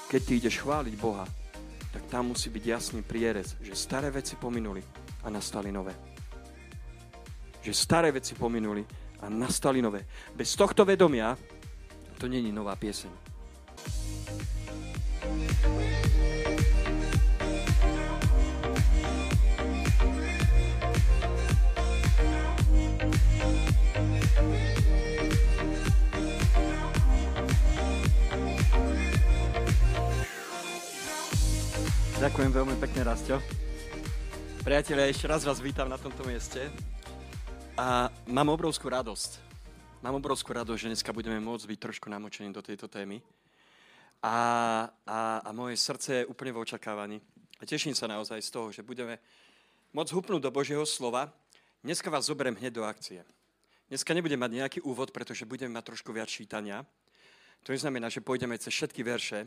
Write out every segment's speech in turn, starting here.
keď ty ideš chváliť Boha, tak tam musí byť jasný prierez, že staré veci pominuli a nastali nové. Že staré veci pominuli a nastali nové. Bez tohto vedomia to nie je nová pieseň. Ďakujem veľmi pekne, Rastio. Priatelia, ešte raz vás vítam na tomto mieste a mám obrovskú radosť. Že dneska budeme môcť byť trošku namočení do tejto témy a moje srdce je úplne v očakávaní. A teším sa naozaj z toho, že budeme môcť hupnúť do Božieho slova. Dneska vás zoberiem hneď do akcie. Dneska nebudem mať nejaký úvod, pretože budeme mať trošku viac čítania. To neznamená, že pôjdeme cez všetky verše,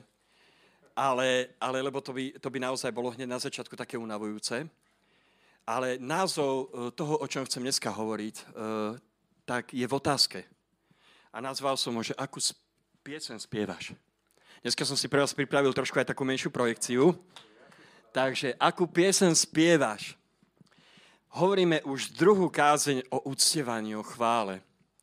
ale lebo to by naozaj bolo hneď na začiatku také unavujúce. Ale názov toho, o čom chcem dneska hovoriť, tak je v otázke. A nazval som ho, že akú piesen spievaš. Dneska som si pre vás pripravil trošku aj takú menšiu projekciu. Takže akú piesen spievaš? Hovoríme už druhú kázeň o uctievaní, o chvále.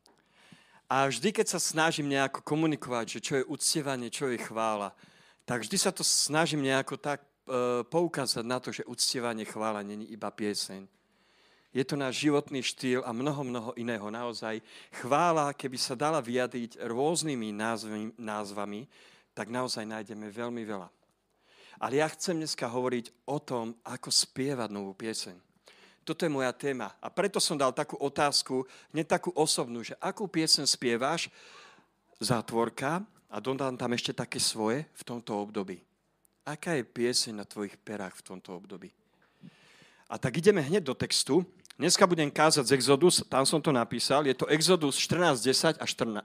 A vždy, keď sa snažím nejako komunikovať, že čo je uctievanie, čo je chvála, tak vždy sa to snažím nejako tak poukázať na to, že uctievanie, chvála nie je iba pieseň. Je to náš životný štýl a mnoho iného. Naozaj chvála, keby sa dala vyjadriť rôznymi názvami, tak naozaj nájdeme veľmi veľa. Ale ja chcem dneska hovoriť o tom, ako spievať novú pieseň. Toto je moja téma. A preto som dal takú otázku, nie takú osobnú, že akú pieseň spievaš, zátvorka, a dodám tam ešte také svoje v tomto období. Aká je pieseň na tvojich perách v tomto období? A tak ideme hneď do textu. Dneska budem kázať z Exodus, tam som to napísal. Je to Exodus 14:10 a 14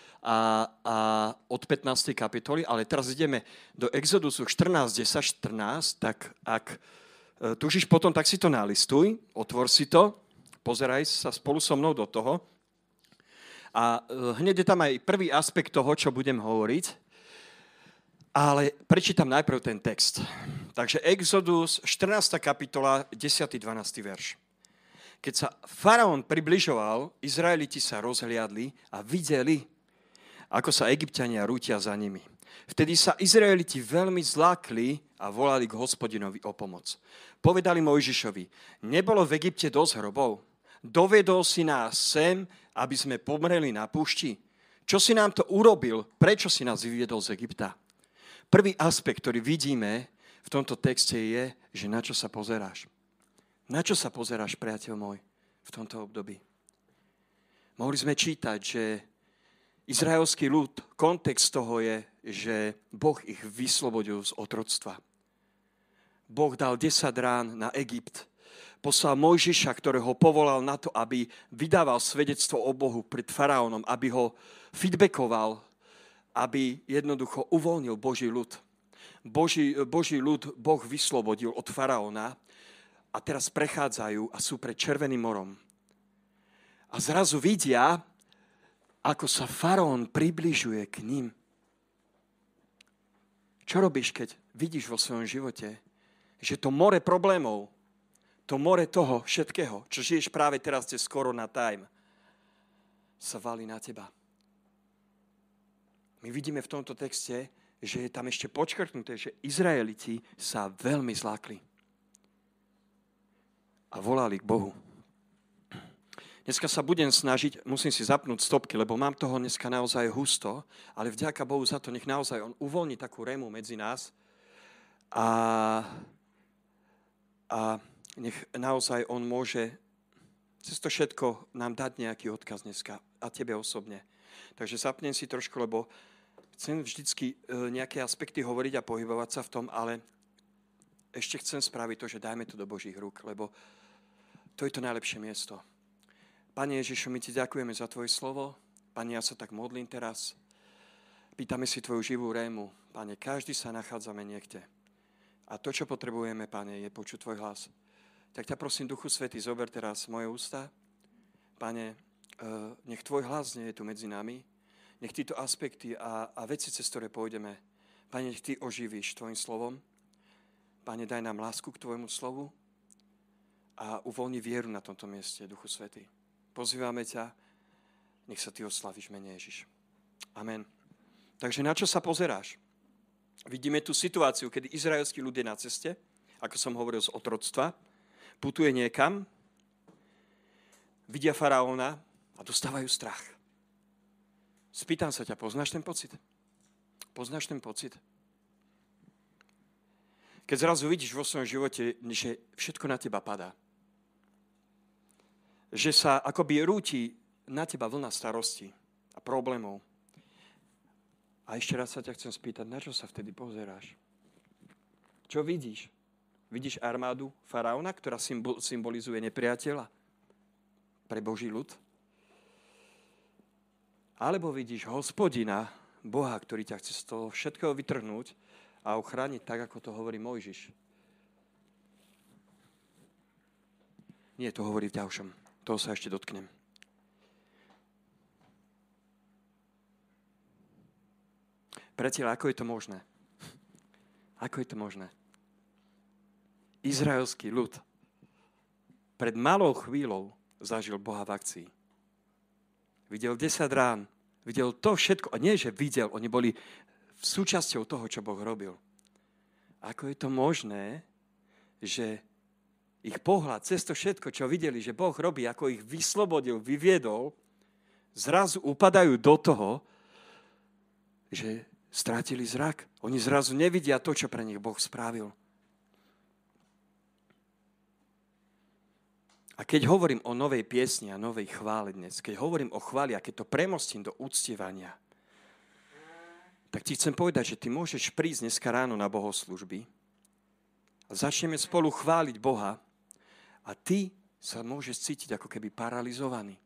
a od 15. kapitoly, ale teraz ideme do Exodusu 14:10, 14, tak ak tužíš potom, tak si to nalistuj, otvor si to, pozeraj sa spolu so mnou do toho. A hneď je tam aj prvý aspekt toho, čo budem hovoriť, ale prečítam najprv ten text. Takže Exodus, 14. kapitola, 10. 12. verš. Keď sa faraón približoval, Izraeliti sa rozhliadli a videli, ako sa Egypťania rútia za nimi. Vtedy sa Izraeliti veľmi zlákli a volali k Hospodinovi o pomoc. Povedali Mojžišovi, nebolo v Egypte dosť hrobov? Dovedol si nás sem, aby sme pomreli na púšti? Čo si nám to urobil? Prečo si nás vyviedol z Egypta? Prvý aspekt, ktorý vidíme v tomto texte je, že na čo sa pozeráš. Na čo sa pozeráš, priateľ môj, v tomto období? Mohli sme čítať, že izraelský ľud, kontext toho je, že Boh ich vyslobodil z otroctva. Boh dal 10 rán na Egypt. Poslal Mojžiša, ktorého povolal na to, aby vydával svedectvo o Bohu pred faraónom, aby ho feedbackoval, aby jednoducho uvoľnil Boží ľud. Boží ľud Boh vyslobodil od faraóna a teraz prechádzajú a sú pred Červeným morom. A zrazu vidia, ako sa faraón približuje k ním. Čo robíš, keď vidíš vo svojom živote, že to more problémov, to more toho všetkého, čo žiješ práve teraz cez Corona Time, sa valí na teba. My vidíme v tomto texte, že je tam ešte podčrtnuté, že Izraeliti sa veľmi zlákli a volali k Bohu. Dneska sa budem snažiť, musím si zapnúť stopky, lebo mám toho dneska naozaj husto, ale vďaka Bohu za to, nech naozaj on uvoľní takú rému medzi nás a nech naozaj on môže cez to všetko nám dať nejaký odkaz dneska a tebe osobne. Takže zapnem si trošku, lebo chcem vždycky nejaké aspekty hovoriť a pohybovať sa v tom, ale ešte chcem spraviť to, že dajme to do Božích rúk, lebo to je to najlepšie miesto. Pane Ježišu, my ti ďakujeme za tvoje slovo. Pane, ja sa tak modlím teraz. Pýtame si tvoju živú rému. Pane, každý sa nachádzame niekde. A to, čo potrebujeme, Pane, je počuť tvoj hlas. Tak ťa prosím, Duchu Svätý, zober teraz moje ústa. Pane, nech tvoj hlas nie je tu medzi nami. Nech títo aspekty a veci, cez ktoré pôjdeme, Pane, Ty oživíš Tvojim slovom. Pane, daj nám lásku k Tvojmu slovu a uvoľni vieru na tomto mieste, Duchu Svätý. Pozývame ťa, nech sa Ty oslavíš, mene Ježiš. Amen. Takže na čo sa pozeráš? Vidíme tú situáciu, kedy izraelský ľud je na ceste, ako som hovoril, z otroctva, putuje niekam, vidia faraóna a dostávajú strach. Spýtam sa ťa, poznáš ten pocit? Poznáš ten pocit? Keď zrazu vidíš vo svojom živote, že všetko na teba padá. Že sa akoby rúti na teba vlna starosti a problémov. A ešte raz sa ťa chcem spýtať, na čo sa vtedy pozeráš? Čo vidíš? Vidíš armádu faraóna, ktorá symbolizuje nepriateľa pre Boží ľud? Alebo vidíš Hospodina, Boha, ktorý ťa chce z toho všetkého vytrhnúť a ochrániť tak, ako to hovorí Mojžiš? Nie, to hovorí v ďalšom. Toho sa ešte dotknem. Priatelia, ako je to možné? Ako je to možné? Izraelský ľud pred malou chvíľou zažil Boha v akcii. Videl 10 rán, videl to všetko. A nie, že videl, oni boli súčasťou toho, čo Boh robil. Ako je to možné, že ich pohľad cez to všetko, čo videli, že Boh robí, ako ich vyslobodil, vyviedol, zrazu upadajú do toho, že strátili zrak. Oni zrazu nevidia to, čo pre nich Boh spravil. A keď hovorím o novej piesni a novej chvále dnes, keď hovorím o chváli a keď to premostím do uctievania, tak ti chcem povedať, že ty môžeš prísť dneska ráno na bohoslúžby a začneme spolu chváliť Boha a ty sa môžeš cítiť ako keby paralizovaný.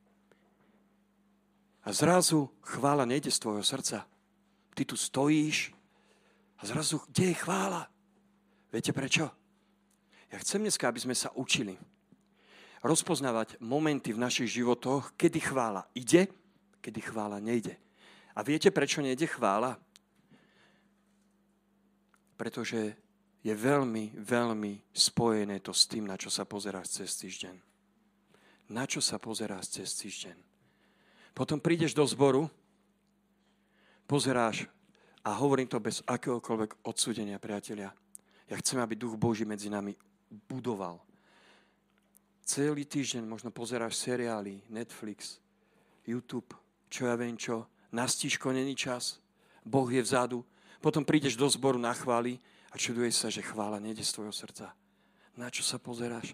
A zrazu chvála nejde z tvojho srdca. Ty tu stojíš a zrazu, kde je chvála? Viete prečo? Ja chcem dneska, aby sme sa učili rozpoznávať momenty v našich životoch, kedy chvála ide, kedy chvála nejde. A viete, prečo nejde chvála? Pretože je veľmi, veľmi spojené to s tým, na čo sa pozeráš cez týždeň. Na čo sa pozeráš cez týždeň. Potom prídeš do zboru, pozeráš a hovorím to bez akéhokoľvek odsúdenia, priatelia. Ja chcem, aby Duch Boží medzi nami budoval. Celý týždeň možno pozeráš seriály, Netflix, YouTube, čo ja viem čo. Na stíško není čas, Boh je vzadu. Potom prídeš do zboru na chváli a čuduješ sa, že chvála nejde z tvojho srdca. Na čo sa pozeráš?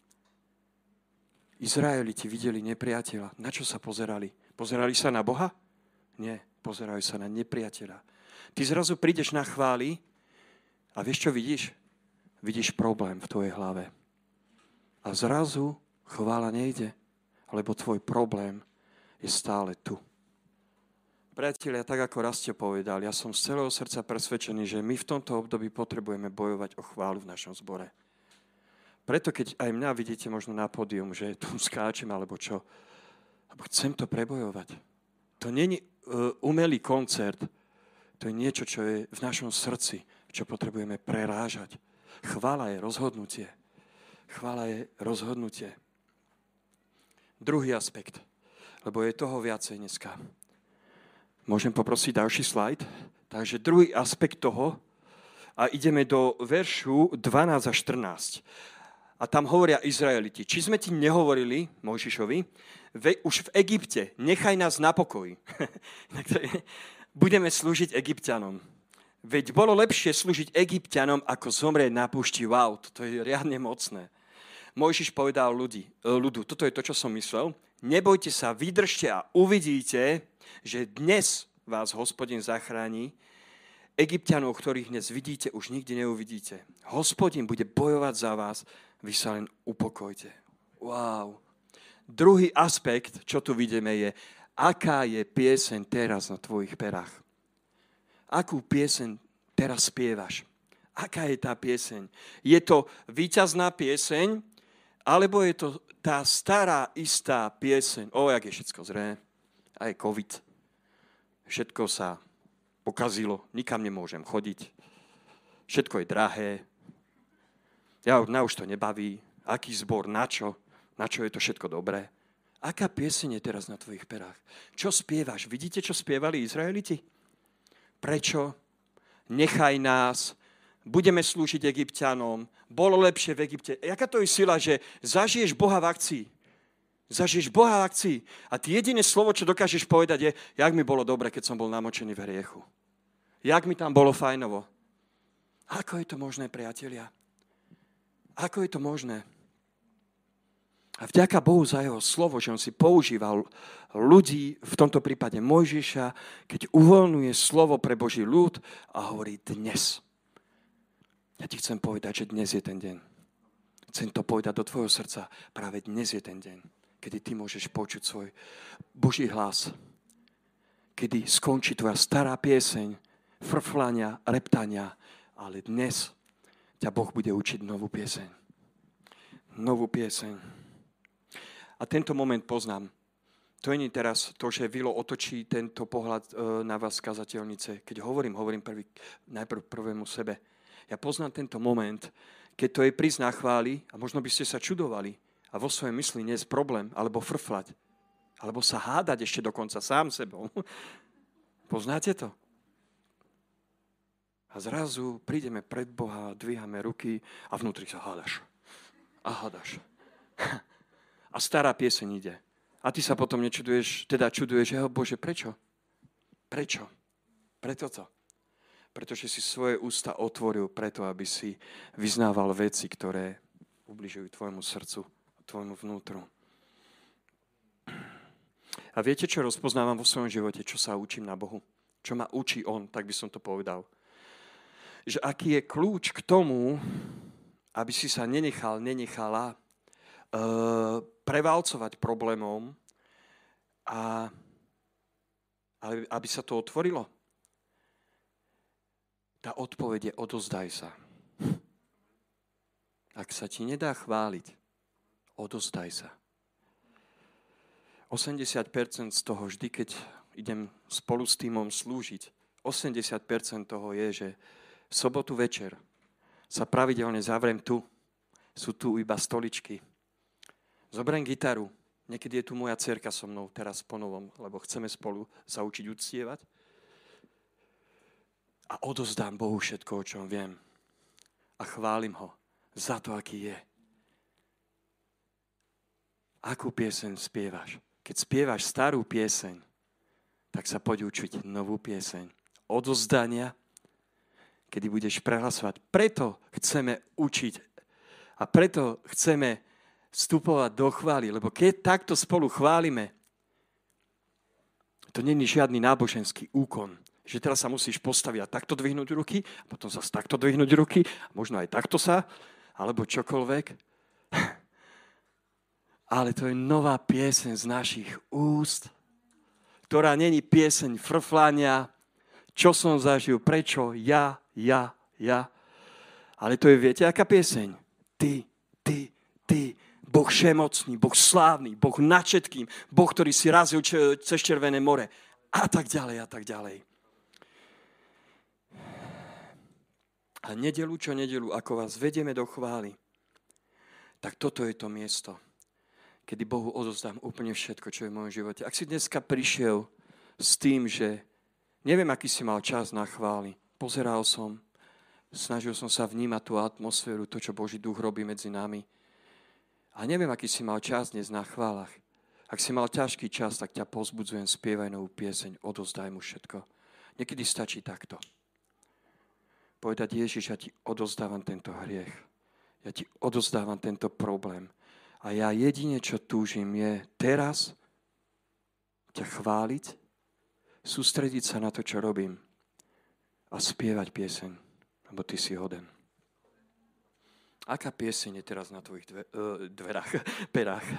Izraeliti videli nepriateľa. Na čo sa pozerali? Pozerali sa na Boha? Nie, pozerali sa na nepriateľa. Ty zrazu prídeš na chváli a vieš, čo vidíš? Vidíš problém v tvojej hlave. A zrazu chvála nejde, lebo tvoj problém je stále tu. Priatelia, tak ako Rastio povedal, ja som z celého srdca presvedčený, že my v tomto období potrebujeme bojovať o chválu v našom zbore. Preto, keď aj mňa vidíte možno na pódium, že tu skáčem alebo čo, lebo chcem to prebojovať. To nie je umelý koncert, to je niečo, čo je v našom srdci, čo potrebujeme prerážať. Chvála je rozhodnutie. Chvála je rozhodnutie. Druhý aspekt, lebo je toho viacej dneska. Môžem poprosiť ďalší slajd? Takže druhý aspekt toho, a ideme do veršu 12 a 14. A tam hovoria Izraeliti, či sme ti nehovorili, Mojžišovi, už v Egypte, nechaj nás na pokoji. Budeme slúžiť Egypťanom. Veď bolo lepšie slúžiť Egypťanom, ako zomrieť na púšti. Wow, to je riadne mocné. Mojžiš povedal ľudu, toto je to, čo som myslel, nebojte sa, vydržte a uvidíte, že dnes vás Hospodin zachráni. Egypťanov, ktorých dnes vidíte, už nikdy neuvidíte. Hospodin bude bojovať za vás, vy sa len upokojte. Wow. Druhý aspekt, čo tu vidíme, je, aká je pieseň teraz na tvojich perách. Akú pieseň teraz spievaš? Aká je tá pieseň? Je to víťazná pieseň, alebo je to tá stará, istá pieseň? Jak je všetko zré. Aj COVID. Všetko sa pokazilo, nikam nemôžem chodiť, všetko je drahé, mňa už to nebaví, aký zbor, na čo je to všetko dobré. Aká pieseň je teraz na tvojich perách? Čo spievaš? Vidíte, čo spievali Izraeliti? Prečo? Nechaj nás, budeme slúžiť Egypťanom, bolo lepšie v Egypte. Jaká to je sila, že zažiješ Boha v akcii? Zažiješ Boha v akcii. A ty jediné slovo, čo dokážeš povedať je, jak mi bolo dobre, keď som bol namočený v hriechu. Jak mi tam bolo fajnovo. Ako je to možné, priatelia? Ako je to možné? A vďaka Bohu za jeho slovo, že on si používal ľudí, v tomto prípade Mojžiša, keď uvoľňuje slovo pre Boží ľud a hovorí dnes. Ja ti chcem povedať, že dnes je ten deň. Chcem to povedať do tvojho srdca. Práve dnes je ten deň, kedy ty môžeš počuť svoj Boží hlas. Kedy skončí tvoja stará pieseň, frflania, reptania, ale dnes ťa Boh bude učiť novú pieseň. Novú pieseň. A tento moment poznám. To nie je teraz to, že Vilo otočí tento pohľad na vás z kazateľnice. Keď hovorím najprv prvému sebe. Ja poznám tento moment, keď to je prísť na chváli a možno by ste sa čudovali a vo svojej mysli niesť problém, alebo frflať, alebo sa hádať ešte dokonca sám sebou. Poznáte to? A zrazu prídeme pred Boha, dvíhame ruky a vnútri sa hádaš. A hádaš. A stará pieseň ide. A ty sa potom čuduješ, že Bože, prečo? Prečo? Preto to. Pretože si svoje ústa otvoril preto, aby si vyznával veci, ktoré ubližujú tvojmu srdcu, tvojmu vnútru. A viete, čo rozpoznávam vo svojom živote? Čo sa učím na Bohu? Čo ma učí on, tak by som to povedal. Že aký je kľúč k tomu, aby si sa nenechala prevalcovať problémom a aby sa to otvorilo. Tá odpoveď je odozdaj sa. Ak sa ti nedá chváliť, odozdaj sa. 80% z toho vždy, keď idem spolu s týmom slúžiť, 80% toho je, že v sobotu večer sa pravidelne zavriem tu. Sú tu iba stoličky. Zoberiem gitaru. Niekedy je tu moja dcerka so mnou, teraz po novom, lebo chceme spolu sa učiť uctievať. A odozdám Bohu všetko, o čom viem. A chválim ho za to, aký je. Akú pieseň spievaš? Keď spievaš starú pieseň, tak sa poď učiť novú pieseň. Odozdania, kedy budeš prehlasovať. Preto chceme učiť a preto chceme vstupovať do chvály, lebo keď takto spolu chválime, to nie je žiadny náboženský úkon, že teraz sa musíš postaviť a takto dvihnúť ruky, a potom zase takto dvihnúť ruky, možno aj takto sa, alebo čokoľvek. Ale to je nová pieseň z našich úst, ktorá není pieseň frflania, čo som zažil, prečo, ja. Ale to je, viete, aká pieseň? Ty, Boh všemocný, Boh slávny, Boh nad všetkým, Boh, ktorý si razil cez Červené more a tak ďalej, a tak ďalej. A nedeľu, ako vás vedieme do chvály, tak toto je to miesto, kedy Bohu odozdám úplne všetko, čo je v mojom živote. Ak si dneska prišiel s tým, že neviem, aký si mal čas na chvály, pozeral som, snažil som sa vnímať tú atmosféru, to, čo Boží duch robí medzi nami. A neviem, aký si mal čas dnes na chválach. Ak si mal ťažký čas, tak ťa povzbudzujem, spievaj novú pieseň, odozdaj mu všetko. Niekedy stačí takto. Povedať, Ježiš, ja ti odozdávam tento hriech. Ja ti odozdávam tento problém. A ja jedine, čo túžim, je teraz ťa chváliť, sústrediť sa na to, čo robím a spievať pieseň, lebo ty si hoden. Aká pieseň je teraz na tvojich perách?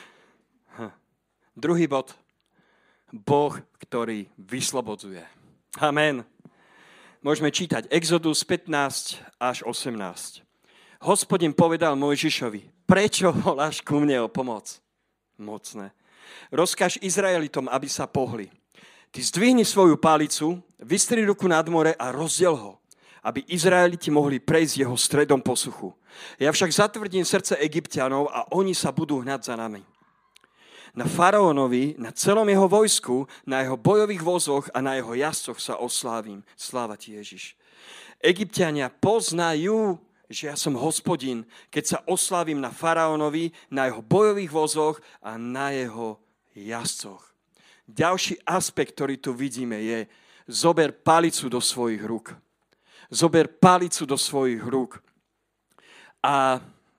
Druhý bod. Boh, ktorý vyslobodzuje. Amen. Môžeme čítať Exodus 15 až 18. Hospodin povedal Mojžišovi, prečo voláš ku mne o pomoc? Mocné. Rozkaž Izraelitom, aby sa pohli. Ty zdvihni svoju palicu, vystri ruku nad more a rozdiel ho, aby Izraeliti mohli prejsť jeho stredom po suchu. Ja však zatvrdím srdce Egypťanov a oni sa budú hnať za nami. Na faraónovi, na celom jeho vojsku, na jeho bojových vozoch a na jeho jazdcoch sa oslávim. Sláva ti, Ježiš. Egypťania poznajú, že ja som Hospodin, keď sa oslávim na faraónovi, na jeho bojových vozoch a na jeho jazdcoch. Ďalší aspekt, ktorý tu vidíme, je zober palicu do svojich rúk. Zober palicu do svojich rúk. A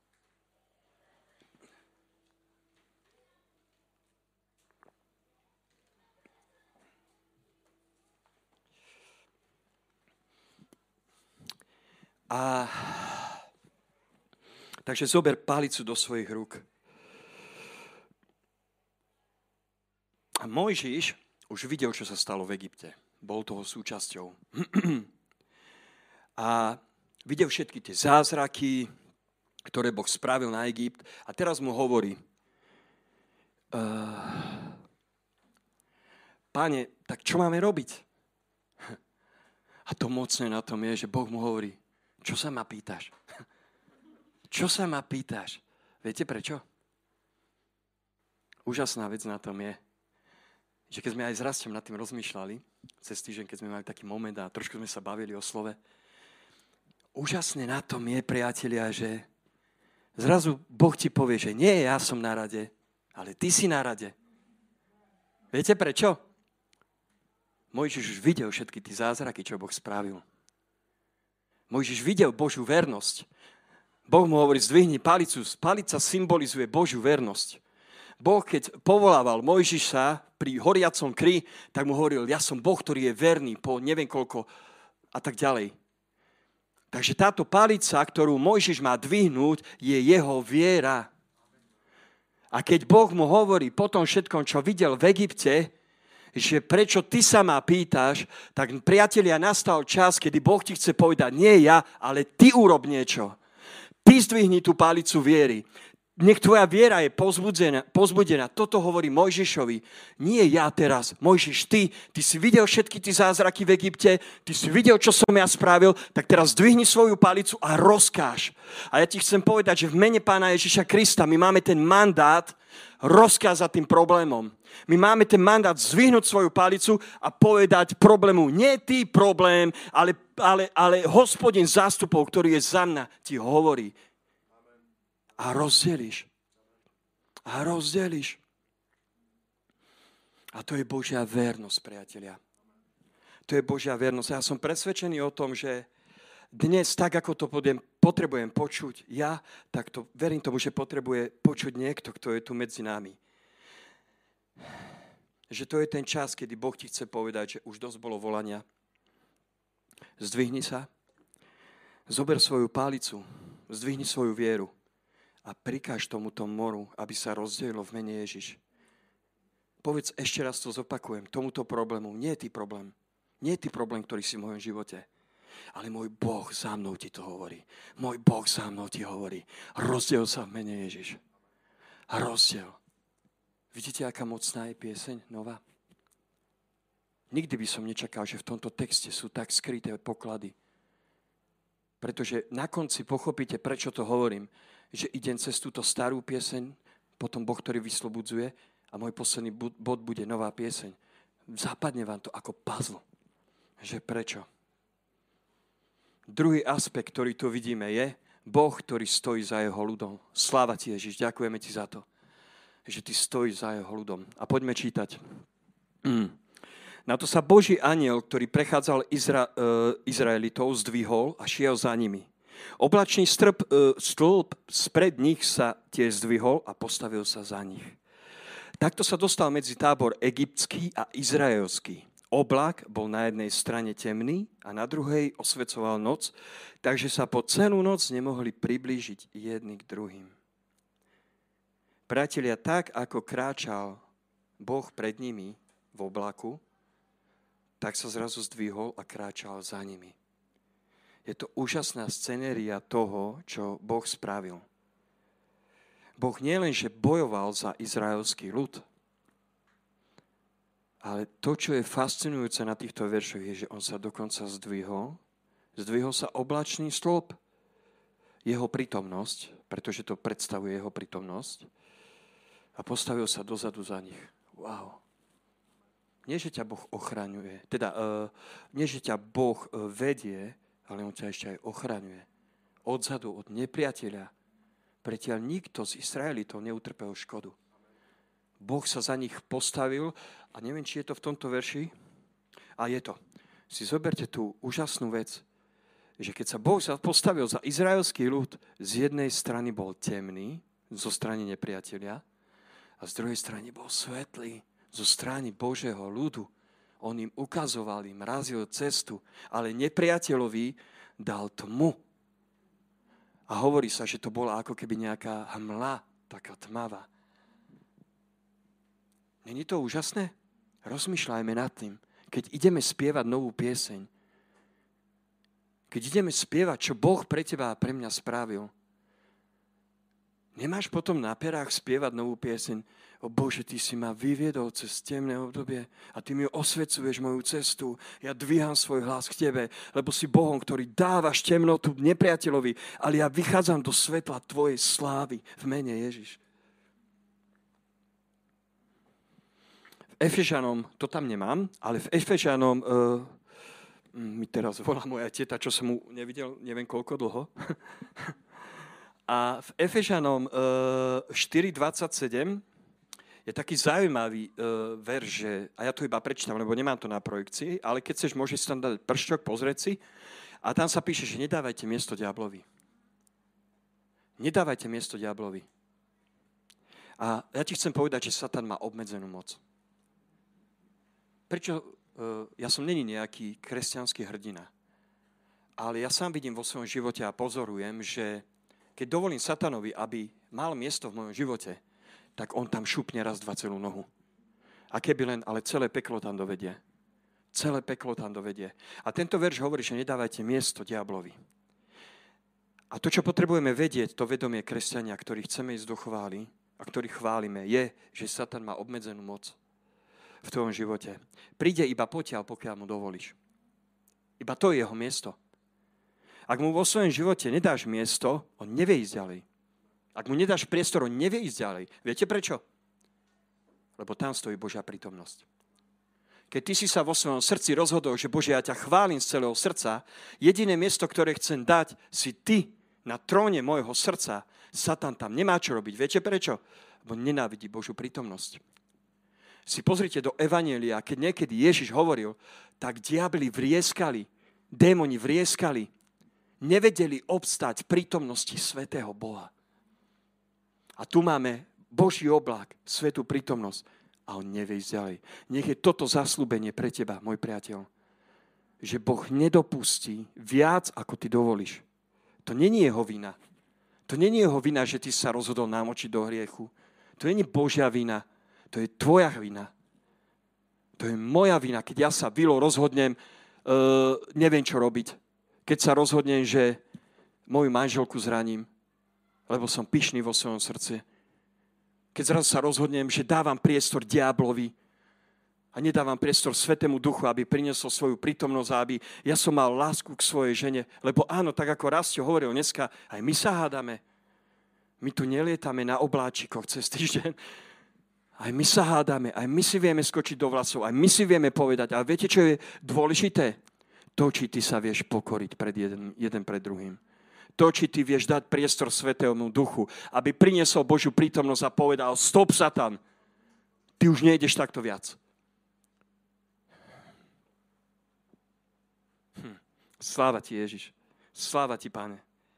takže zober palicu do svojich rúk. A Mojžiš už videl, čo sa stalo v Egypte. Bol toho súčasťou. A videl všetky tie zázraky, ktoré Boh spravil na Egypt. A teraz mu hovorí, Pane, tak čo máme robiť? A to mocné na tom je, že Boh mu hovorí, čo sa ma pýtaš? Čo sa ma pýtaš? Viete prečo? Úžasná vec na tom je, že keď sme aj s Rastom nad tým rozmýšľali, cez týždeň, keď sme mali taký moment a trošku sme sa bavili o slove, úžasné na tom je, priatelia, že zrazu Boh ti povie, že nie ja som na rade, ale ty si na rade. Viete prečo? Mojžiš už videl všetky tie zázraky, čo Boh spravil. Mojžiš videl Božiu vernosť. Boh mu hovorí, zdvihni palicu. Palica symbolizuje Božiu vernosť. Boh, keď povolával Mojžiša pri horiacom kri, tak mu hovoril, ja som Boh, ktorý je verný po neviem koľko a tak ďalej. Takže táto palica, ktorú Mojžiš má dvihnúť, je jeho viera. A keď Boh mu hovorí po tom všetkom, čo videl v Egypte, že prečo ty sa ma pýtaš, tak priatelia, nastal čas, kedy Boh ti chce povedať, nie ja, ale ty urob niečo. Ty zdvihni tú palicu viery. Nech tvoja viera je pozbudená. Toto hovorí Mojžišovi. Nie ja teraz. Mojžiš, ty si videl všetky tie zázraky v Egypte, ty si videl, čo som ja spravil, tak teraz zdvihni svoju palicu a rozkáž. A ja ti chcem povedať, že v mene Pána Ježiša Krista my máme ten mandát rozkázať tým problémom. My máme ten mandát zdvihnúť svoju palicu a povedať problému, nie ty problém, ale Hospodin zástupov, ktorý je za mňa, ti hovorí. A rozdeliš. A to je Božia vernosť, priatelia. To je Božia vernosť. Ja som presvedčený o tom, že dnes, tak ako to potrebujem počuť ja, tak to verím tomu, že potrebuje počuť niekto, kto je tu medzi nami. Že to je ten čas, kedy Boh ti chce povedať, že už dosť bolo volania. Zdvihni sa, zober svoju palicu, zdvihni svoju vieru a prikáž tomuto moru, aby sa rozdielilo v mene Ježiš. Povedz, ešte raz to zopakujem, tomuto problému, nie je ty problém. Nie je ty problém, ktorý si v mojom živote. Ale môj Boh za mnou ti to hovorí. Môj Boh za mnou ti hovorí. Rozdiel sa v mene Ježiš. Rozdiel. Vidíte, aká mocná je pieseň nová? Nikdy by som nečakal, že v tomto texte sú tak skryté poklady. Pretože na konci pochopíte, prečo to hovorím, že idem cez túto starú pieseň, potom Boh, ktorý vyslobodzuje a môj posledný bod bude nová pieseň. Zapadne vám to ako puzzle. Že prečo? Druhý aspekt, ktorý tu vidíme, je Boh, ktorý stojí za jeho ľudom. Sláva ti, Ježiš, ďakujeme ti za to, že ty stojíš za jeho ľudom. A poďme čítať. Na to sa Boží anjel, ktorý prechádzal Izraelitov, zdvihol a šiel za nimi. Oblačný stĺp spred nich sa tiež zdvihol a postavil sa za nich. Takto sa dostal medzi tábor egyptský a izraelský. Oblak bol na jednej strane temný a na druhej osvecoval noc, takže sa po celú noc nemohli priblížiť jedni k druhým. Priatelia, tak ako kráčal Boh pred nimi v oblaku, tak sa zrazu zdvihol a kráčal za nimi. Je to úžasná scenéria toho, čo Boh spravil. Boh nielenže bojoval za izraelský ľud, Ale to, čo je fascinujúce na týchto veršoch, je, že on sa dokonca zdvihol. Zdvihol sa oblačný stĺp. Jeho prítomnosť, pretože to predstavuje jeho prítomnosť. A postavil sa dozadu za nich. Wow. Nie, že ťa Boh ochraňuje. Nie, že ťa Boh vedie, ale on ťa ešte aj ochraňuje. Odzadu, od nepriateľa. Pretiaľ nikto z Izraelitov neutrpel škodu. Boh sa za nich postavil a neviem, či je to v tomto verši. A je to. Si zoberte tú úžasnú vec, že keď sa Boh postavil za izraelský ľud, z jednej strany bol temný, zo strany nepriateľa, a z druhej strany bol svetlý, zo strany Božieho ľudu. On im ukazoval, im razil cestu, ale nepriateľovi dal tmu. A hovorí sa, že to bola ako keby nejaká hmla, taká tmavá. Není to úžasné? Rozmýšľajme nad tým. Keď ideme spievať novú pieseň, keď ideme spievať, čo Boh pre teba a pre mňa spravil, nemáš potom na perách spievať novú pieseň? O Bože, Ty si ma vyviedol cez temné obdobie a Ty mi osvecuješ moju cestu. Ja dvíham svoj hlas k Tebe, lebo si Bohom, ktorý dávaš temnotu nepriateľovi, ale ja vychádzam do svetla Tvojej slávy v mene Ježiš. V Efežanom, to tam nemám, ale v Efežanom mi teraz volá moja teta, čo som mu nevidel, neviem koľko dlho. A v Efežanom 4.27 je taký zaujímavý verš, a ja to iba prečítam, lebo nemám to na projekcii, ale keď chceš, môžeš tam dať pršťok, pozrieť si. A tam sa píše, že nedávajte miesto diablovi. Nedávajte miesto diablovi. A ja ti chcem povedať, že Satan má obmedzenú moc. Prečo? Ja som není nejaký kresťanský hrdina. Ale ja sám vidím vo svojom živote a pozorujem, že keď dovolím Satanovi, aby mal miesto v mojom živote, tak on tam šupne raz, dva celú nohu. A keby len, ale celé peklo tam dovedie. Celé peklo tam dovedie. A tento verš hovorí, že nedávajte miesto diablovi. A to, čo potrebujeme vedieť, to vedomie kresťania, ktorí chceme ísť do chvály a ktorých chválime, je, že Satan má obmedzenú moc v tvojom živote. Príde iba potiaľ, pokiaľ mu dovolíš. Iba to je jeho miesto. Ak mu vo svojom živote nedáš miesto, on nevie ísť ďalej. Ak mu nedáš priestor, on nevie ísť ďalej. Viete prečo? Lebo tam stojí Božia prítomnosť. Keď ty si sa vo svojom srdci rozhodol, že Bože, ja ťa chválim z celého srdca, jediné miesto, ktoré chcem dať, si ty na tróne môjho srdca. Satan tam nemá čo robiť. Viete prečo? Lebo nenávidí Božiu prítomnosť. Si pozrite do Evanjelia, keď niekedy Ježiš hovoril, tak diabli vrieskali, démoni vrieskali, nevedeli obstať v prítomnosti svätého Boha. A tu máme Boží oblak, svätú prítomnosť a on nevie ísť ďalej. Nech je toto zasľúbenie pre teba, môj priateľ, že Boh nedopustí viac, ako ty dovolíš. To není jeho vina. To není jeho vina, že ty sa rozhodol namočiť do hriechu. To není Božia vina. To je tvoja vina. To je moja vina, keď ja sa, Vilo, rozhodnem, neviem, čo robiť. Keď sa rozhodnem, že moju manželku zraním, lebo som pyšný vo svojom srdci. Keď zrazu sa rozhodnem, že dávam priestor diablovi a nedávam priestor Svätému Duchu, aby priniesol svoju prítomnosť a aby ja som mal lásku k svojej žene. Lebo áno, tak ako Rastio hovoril dneska, aj my sa hádame. My tu nelietame na obláčikoch cez týždeň. Aj my sa hádame, aj my si vieme skočiť do vlasov, aj my si vieme povedať. A viete, čo je dôležité? To, či ty sa vieš pokoriť pred jeden pred druhým. To, či ty vieš dať priestor Svätému Duchu, aby priniesol Božiu prítomnosť a povedal, stop, Satan, ty už nejdeš takto viac. Sláva ti, Ježiš. Sláva ti, Pane.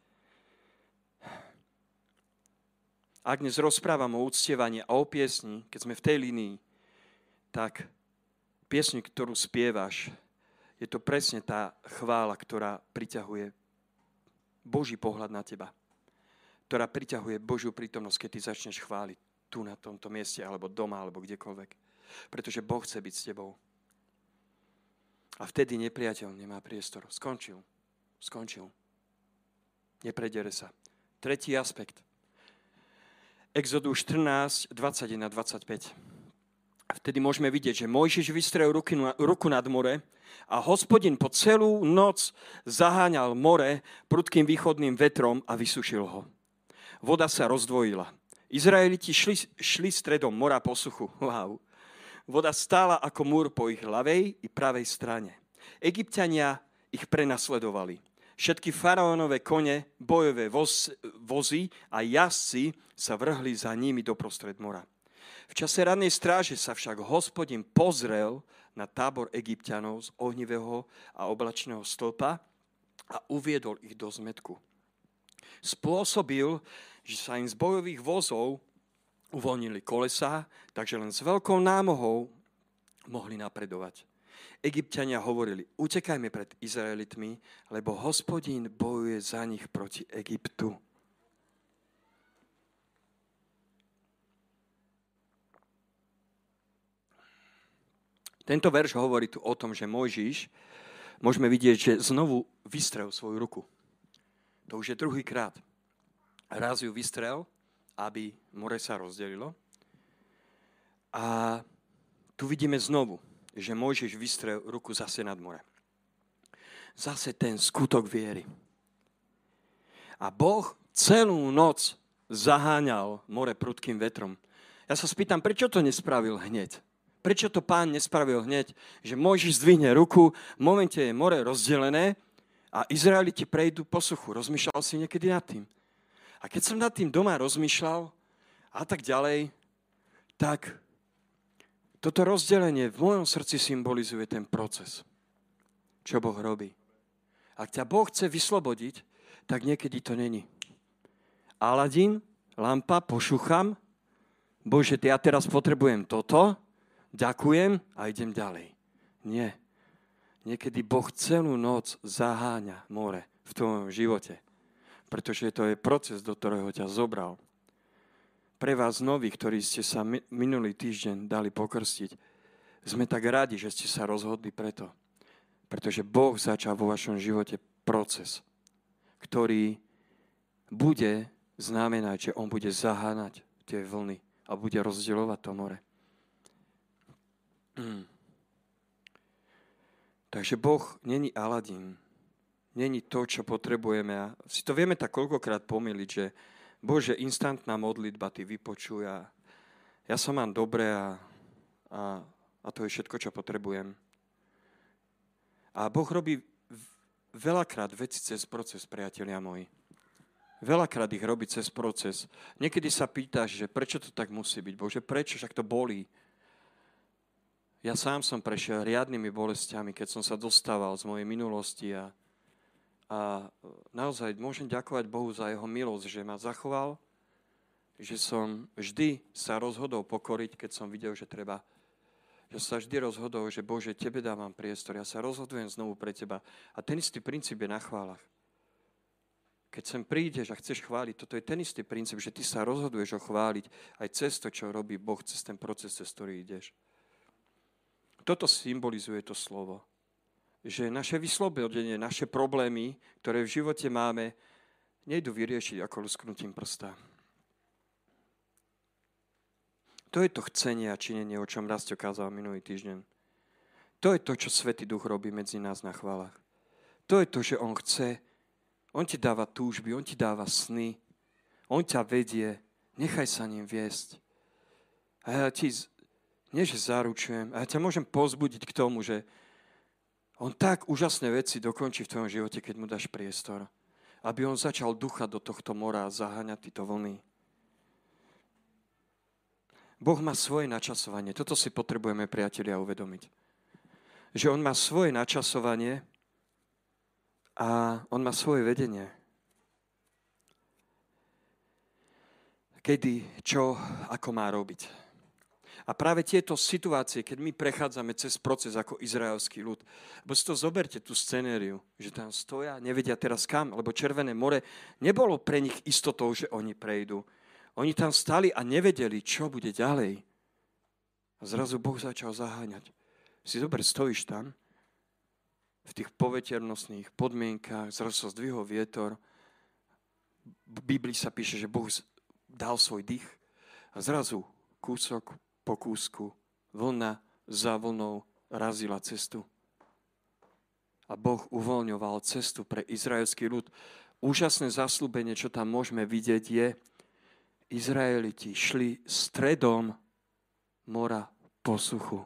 Ak dnes rozprávam o uctievaní a o piesni, keď sme v tej línii, tak piesni, ktorú spievaš, je to presne tá chvála, ktorá priťahuje Boží pohľad na teba. Ktorá priťahuje Božiu prítomnosť, keď ty začneš chváliť tu na tomto mieste, alebo doma, alebo kdekoľvek. Pretože Boh chce byť s tebou. A vtedy nepriateľ nemá priestor. Skončil. Nepredere sa. Tretí aspekt. Exodus 14, 21-25. vtedy môžeme vidieť, že Mojžiš vystrel ruku nad more a Hospodin po celú noc zaháňal more prudkým východným vetrom a vysušil ho. Voda sa rozdvojila. Izraeliti šli stredom mora po suchu. Wow. Voda stála ako múr po ich ľavej i pravej strane. Egypťania ich prenasledovali. Všetky faraónové kone, bojové vozy a jazdci sa vrhli za nimi doprostred mora. V čase rannej stráže sa však Hospodin pozrel na tábor Egypťanov z ohnivého a oblačného stĺpa a uviedol ich do zmätku. Spôsobil, že sa im z bojových vozov uvoľnili kolesá, takže len s veľkou námohou mohli napredovať. Egypťania hovorili, utekajme pred Izraelitmi, lebo Hospodin bojuje za nich proti Egyptu. Tento verš hovorí tu o tom, že Mojžiš, môžeme vidieť, že znovu vystrel svoju ruku. To už je druhýkrát. Raz ju vystrel, aby more sa rozdelilo. A tu vidíme znovu, že Mojžiš vystrel ruku zase nad more. Zase ten skutok viery. A Boh celú noc zaháňal more prudkým vetrom. Ja sa spýtam, prečo to nespravil hneď? Prečo to Pán nespravil hneď, že Mojžiš zdvihne ruku, v momente je more rozdelené a Izraeliti prejdú po suchu. Rozmýšľal si niekedy nad tým? A keď som nad tým doma rozmýšľal a tak ďalej, tak toto rozdelenie v mojom srdci symbolizuje ten proces, čo Boh robí. Ak ťa Boh chce vyslobodiť, tak niekedy to není. Aladín, lampa, pošúcham, Bože, ja teraz potrebujem toto, ďakujem a idem ďalej. Nie. Niekedy Boh celú noc zaháňa more v tvojom živote, pretože to je proces, do ktorého ťa zobral. Pre vás nových, ktorí ste sa minulý týždeň dali pokrstiť, sme tak radi, že ste sa rozhodli preto. Pretože Boh začal vo vašom živote proces, ktorý bude znamenať, že on bude zaháňať tie vlny a bude rozdeľovať to more. Takže Boh není Aladín. Není to, čo potrebujeme. A si to vieme tak koľkokrát pomýliť, že Bože, instantná modlitba, ty vypočuj a ja sa mám dobre a to je všetko, čo potrebujem. A Boh robí veľakrát veci cez proces, priatelia moji. Veľakrát ich robí cez proces. Niekedy sa pýtaš, že prečo to tak musí byť? Bože, prečo? Však to bolí. Ja sám som prešiel riadnymi bolestiami, keď som sa dostával z mojej minulosti a naozaj môžem ďakovať Bohu za jeho milosť, že ma zachoval, že som vždy sa rozhodol pokoriť, keď som videl, že treba. Že sa vždy rozhodol, že Bože, tebe dávam priestor, ja sa rozhodujem znovu pre teba. A ten istý princíp je na chválach. Keď sem prídeš a chceš chváliť, toto je ten istý princíp, že ty sa rozhoduješ ho chváliť aj cez to, čo robí Boh, cez ten proces, cez ktorý ideš. Toto symbolizuje to slovo. Že naše vyslobodenie, naše problémy, ktoré v živote máme, nejdu vyriešiť ako lusknutím prsta. To je to chcenie a činenie, o čom Rastio kázal minulý týždeň. To je to, čo Svätý Duch robí medzi nás na chválach. To je to, že on chce, on ti dáva túžby, on ti dáva sny, on ťa vedie, nechaj sa ním viesť. A ja ti, nie že zaručujem, a ja ťa môžem povzbudiť k tomu, že on tak úžasné veci dokončí v tvojom živote, keď mu dáš priestor. Aby on začal duchať do tohto mora a zaháňať tieto vlny. Boh má svoje načasovanie. Toto si potrebujeme, priatelia, uvedomiť. Že on má svoje načasovanie a on má svoje vedenie. Kedy, čo, ako má robiť. A práve tieto situácie, keď my prechádzame cez proces ako izraelský ľud, lebo si to zoberte tú scenériu, že tam stoja, nevedia teraz kam, lebo Červené more nebolo pre nich istotou, že oni prejdú. Oni tam stali a nevedeli, čo bude ďalej. A zrazu Boh začal zaháňať. Si zober, stojíš tam, v tých poveternostných podmienkách, zrazu sa zdvihol vietor. V Biblii sa píše, že Boh dal svoj dých a zrazu kúsok po kúsku vlna za vlnou razila cestu. A Boh uvoľňoval cestu pre izraelský ľud. Úžasné zasľúbenie, čo tam môžeme vidieť, je, Izraeliti šli stredom mora po suchu.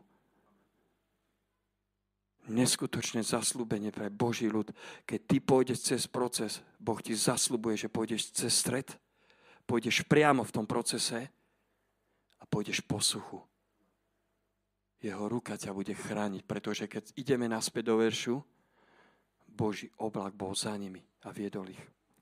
Neskutočné zasľúbenie pre Boží ľud. Keď ty pôjdeš cez proces, Boh ti zasľubuje, že pôjdeš cez stred, pôjdeš priamo v tom procese a pôjdeš po suchu. Jeho ruka ťa bude chrániť, pretože keď ideme naspäť do veršu, Boží oblak bol za nimi a viedol ich.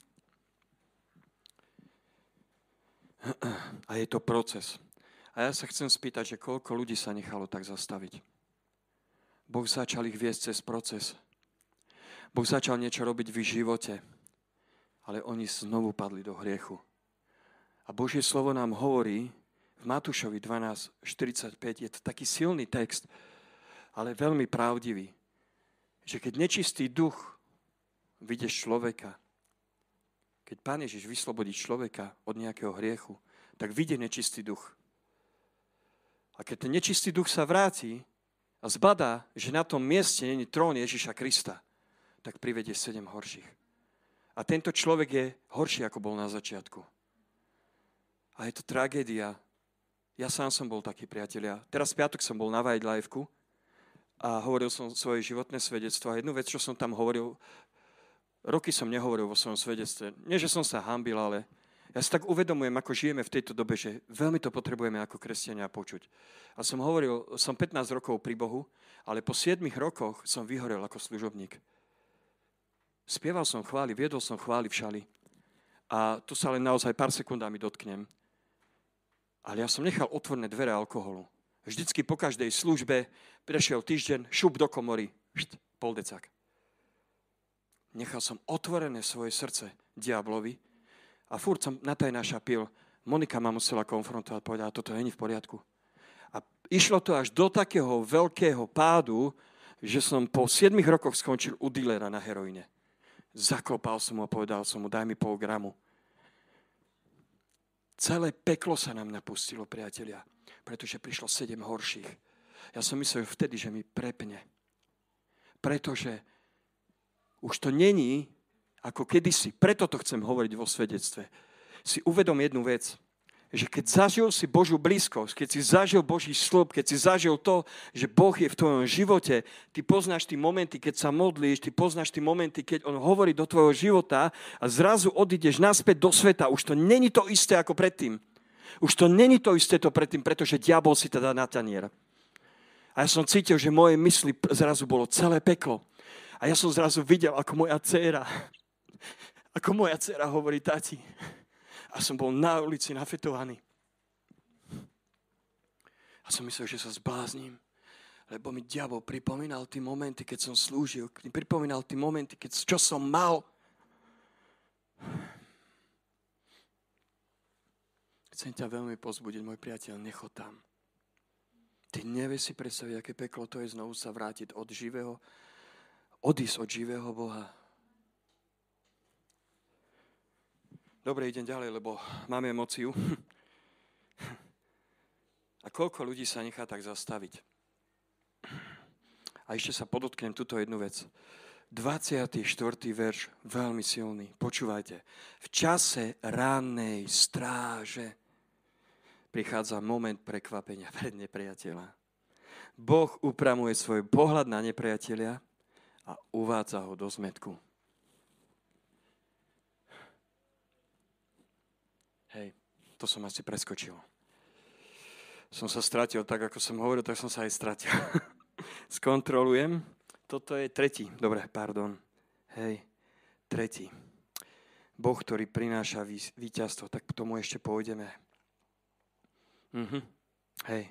A je to proces. A ja sa chcem spýtať, že koľko ľudí sa nechalo tak zastaviť. Boh začal ich viesť cez proces. Boh začal niečo robiť v ich živote, ale oni znovu padli do hriechu. A Božie slovo nám hovorí v Matúšovi 12:45, je to taký silný text, ale veľmi pravdivý, že keď nečistý duch vidieš človeka, keď Pán Ježiš vyslobodí človeka od nejakého hriechu, tak vidie nečistý duch. A keď ten nečistý duch sa vráti a zbadá, že na tom mieste nie je trón Ježiša Krista, tak privedie 7 horších. A tento človek je horší, ako bol na začiatku. A je to tragédia. Ja sám som bol taký, priatelia. Teraz v piatok som bol na White Life-ku a hovoril som svoje životné svedectvo. A jednu vec, čo som tam hovoril, roky som nehovoril vo svojom svedectve. Nie, že som sa hanbil, ale ja si tak uvedomujem, ako žijeme v tejto dobe, že veľmi to potrebujeme ako kresťania počuť. A som hovoril, som 15 rokov pri Bohu, ale po 7 rokoch som vyhorel ako služobník. Spieval som chvály, viedol som chvály v šali. A tu sa len naozaj pár sekundami dotknem. Ale ja som nechal otvorené dvere alkoholu. Vždycky po každej službe prešiel týždeň, šup do komory, pol decák. Nechal som otvorené svoje srdce diablovi a furt som na tajná šapil. Monika ma musela konfrontovať, povedala, toto nie je v poriadku. A išlo to až do takého veľkého pádu, že som po 7 rokoch skončil u dílera na heroíne. Zaklopal som mu a povedal som mu, daj mi pol gramu. Celé peklo sa nám napustilo, priatelia, pretože prišlo 7 horších. Ja som myslel vtedy, že mi prepne. Pretože už to není ako kedysi. Preto to chcem hovoriť vo svedectve. Si uvedom jednu vec, že keď zažil si Božiu blízkosť, keď si zažil Boží sľub, keď si zažil to, že Boh je v tvojom živote, ty poznáš tie momenty, keď sa modlíš, ty poznáš tie momenty, keď on hovorí do tvojho života a zrazu odídeš naspäť do sveta. Už to není to isté ako predtým. Už to není to isté to predtým, pretože diabol si teda na tanier. A ja som cítil, že moje mysli zrazu bolo celé peklo. A ja som zrazu videl, ako moja dcéra hovorí, tati. A som bol na ulici nafetovaný. A som myslel, že sa zblázním. Lebo mi diabol pripomínal tie momenty, keď som slúžil. Pripomínal tie momenty, čo som mal. Chcem ťa veľmi pozbudiť, môj priateľ, nechod tam. Ty nevieš si predstaviť, aké peklo to je znovu sa vrátiť odísť od živého Boha. Dobre, idem ďalej, lebo máme emóciu. A koľko ľudí sa nechá tak zastaviť? A ešte sa podotknem túto jednu vec. 24. verš, veľmi silný. Počúvajte. V čase rannej stráže prichádza moment prekvapenia pred nepriateľa. Boh upravuje svoj pohľad na nepriateľa a uvádza ho do zmätku. Hej, to som asi preskočil. Som sa stratil, tak ako som hovoril, tak som sa aj stratil. Skontrolujem. Toto je 3. Dobre, pardon. Hej, 3. Boh, ktorý prináša víťazstvo, tak k tomu ešte pôjdeme. Hej.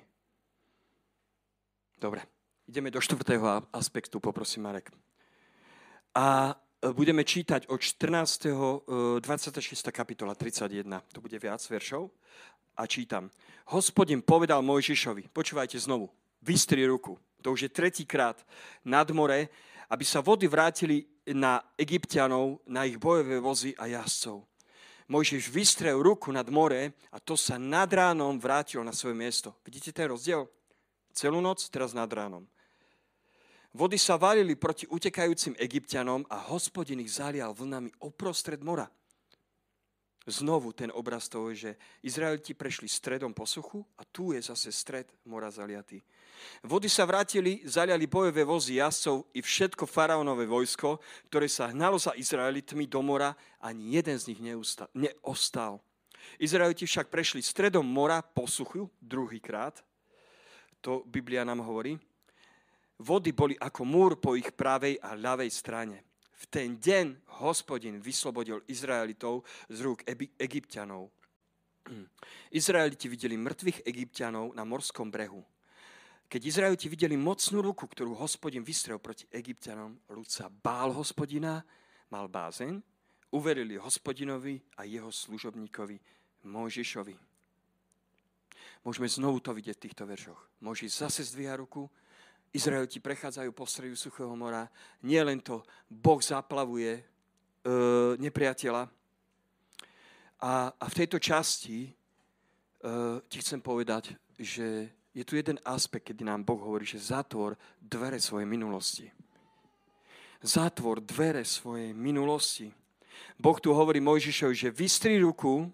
Dobre, ideme do 4. aspektu, poprosím, Marek. A budeme čítať od 26. kapitola 31. To bude viac veršov. A čítam. Hospodin povedal Mojžišovi, počúvajte znovu, vystri ruku. To už je 3. krát nad more, aby sa vody vrátili na Egypťanov, na ich bojové vozy a jazdcov. Mojžiš vystrel ruku nad more a to sa nad ránom vrátilo na svoje miesto. Vidíte ten rozdiel? Celú noc, teraz nad ránom. Vody sa valili proti utekajúcim Egypťanom a Hospodin ich zalial vlnami uprostred mora. Znovu ten obraz toho, že Izraeliti prešli stredom po suchu a tu je zase stred mora zaliatý. Vody sa vrátili, zaliali bojové vozy jazdcov i všetko faraónové vojsko, ktoré sa hnalo za Izraelitmi do mora, ani jeden z nich neostal. Izraeliti však prešli stredom mora po suchu druhýkrát, to Biblia nám hovorí. Vody boli ako múr po ich pravej a ľavej strane. V ten deň Hospodin vyslobodil Izraelitov z rúk Egypťanov. Izraeliti videli mŕtvych Egypťanov na morskom brehu. Keď Izraeliti videli mocnú ruku, ktorú Hospodin vystrel proti Egypťanom, ľud sa bál Hospodina, mal bázeň, uverili Hospodinovi a jeho služobníkovi Mojžišovi. Môžeme znovu to vidieť v týchto veršoch. Mojžiš zase zdvíha ruku, Izraeliti prechádzajú po strediu Suchého mora. Nie len to, Boh zaplavuje nepriateľa. A v tejto časti ti chcem povedať, že je tu jeden aspekt, kedy nám Boh hovorí, že zatvor dvere svojej minulosti. Zatvor dvere svojej minulosti. Boh tu hovorí Mojžišovi, že vystri ruku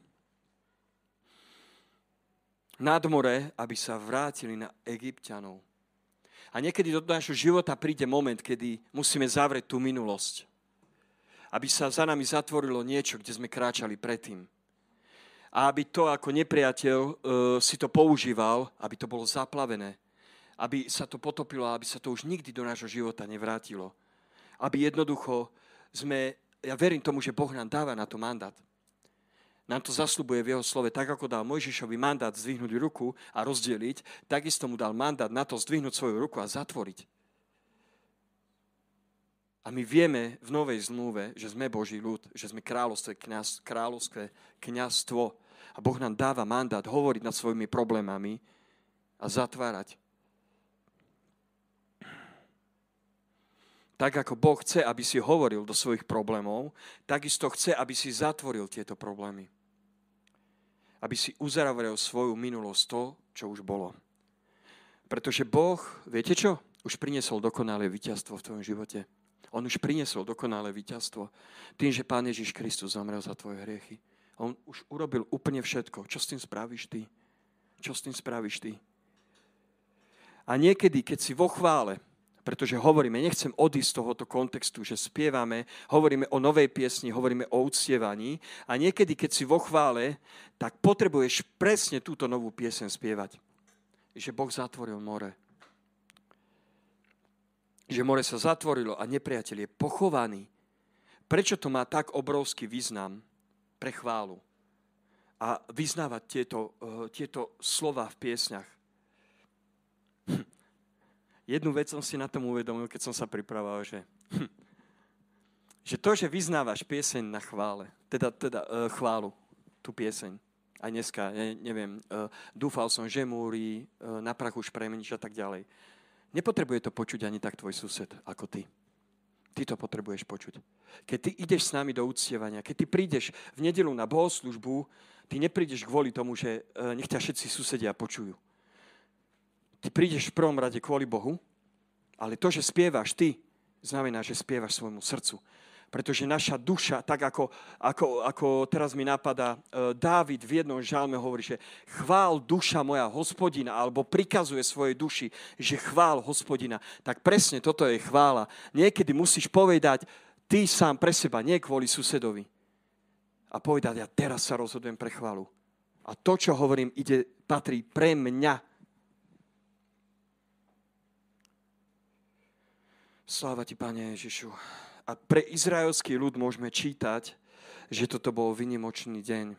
nad more, aby sa vrátili na Egypťanov. A niekedy do nášho života príde moment, kedy musíme zavrieť tú minulosť. Aby sa za nami zatvorilo niečo, kde sme kráčali predtým. A aby to ako nepriateľ si to používal, aby to bolo zaplavené. Aby sa to potopilo, aby sa to už nikdy do nášho života nevrátilo. Aby jednoducho ja verím tomu, že Boh nám dáva na to mandát. Nám to zasľubuje v jeho slove, tak ako dal Mojžišovi mandát zdvihnúť ruku a rozdeliť, takisto mu dal mandát na to zdvihnúť svoju ruku a zatvoriť. A my vieme v Novej zmluve, že sme Boží ľud, že sme kráľovské kňazstvo a Boh nám dáva mandát hovoriť nad svojimi problémami a zatvárať. Tak ako Boh chce, aby si hovoril do svojich problémov, takisto chce, aby si zatvoril tieto problémy. Aby si uzavrel svoju minulosť, to, čo už bolo. Pretože Boh, viete čo? Už priniesol dokonalé víťazstvo v tvojom živote. On už priniesol dokonalé víťazstvo tým, že Pán Ježiš Kristus zomrel za tvoje hriechy. On už urobil úplne všetko. Čo s tým spravíš ty? Čo s tým spravíš ty? A niekedy, keď si vo chvále, pretože hovoríme, nechcem odísť z tohoto kontextu, že spievame, hovoríme o novej piesni, hovoríme o uctievaní a niekedy, keď si vo chvále, tak potrebuješ presne túto novú pieseň spievať. Že Boh zatvoril more. Že more sa zatvorilo a nepriateľ je pochovaný. Prečo to má tak obrovský význam pre chválu? A vyznávať tieto slova v piesňach. Jednu vec som si na tom uvedomil, keď som sa pripravoval, že to, že vyznávaš pieseň na chvále, teda chválu, tú pieseň, aj dneska, neviem, dúfal som, že múri, na prach už premeníš a tak ďalej. Nepotrebuje to počuť ani tak tvoj sused, ako ty. Ty to potrebuješ počuť. Keď ty ideš s nami do uctievania, keď ty prídeš v nedeľu na bohoslúžbu, ty neprídeš kvôli tomu, že nech ťa všetci susedia počujú. Ty prídeš v prvom rade kvôli Bohu, ale to, že spievaš ty, znamená, že spievaš svojmu srdcu. Pretože naša duša, tak ako teraz mi napadá, Dávid v jednom žalme hovorí, že chvál duša moja Hospodina, alebo prikazuje svojej duši, že chvál Hospodina. Tak presne toto je chvála. Niekedy musíš povedať, ty sám pre seba, nie kvôli susedovi. A povedať, ja teraz sa rozhodujem pre chválu. A to, čo hovorím, patrí pre mňa. Sláva ti, Pane Ježišu. A pre izraelský ľud môžeme čítať, že toto bol vynimočný deň.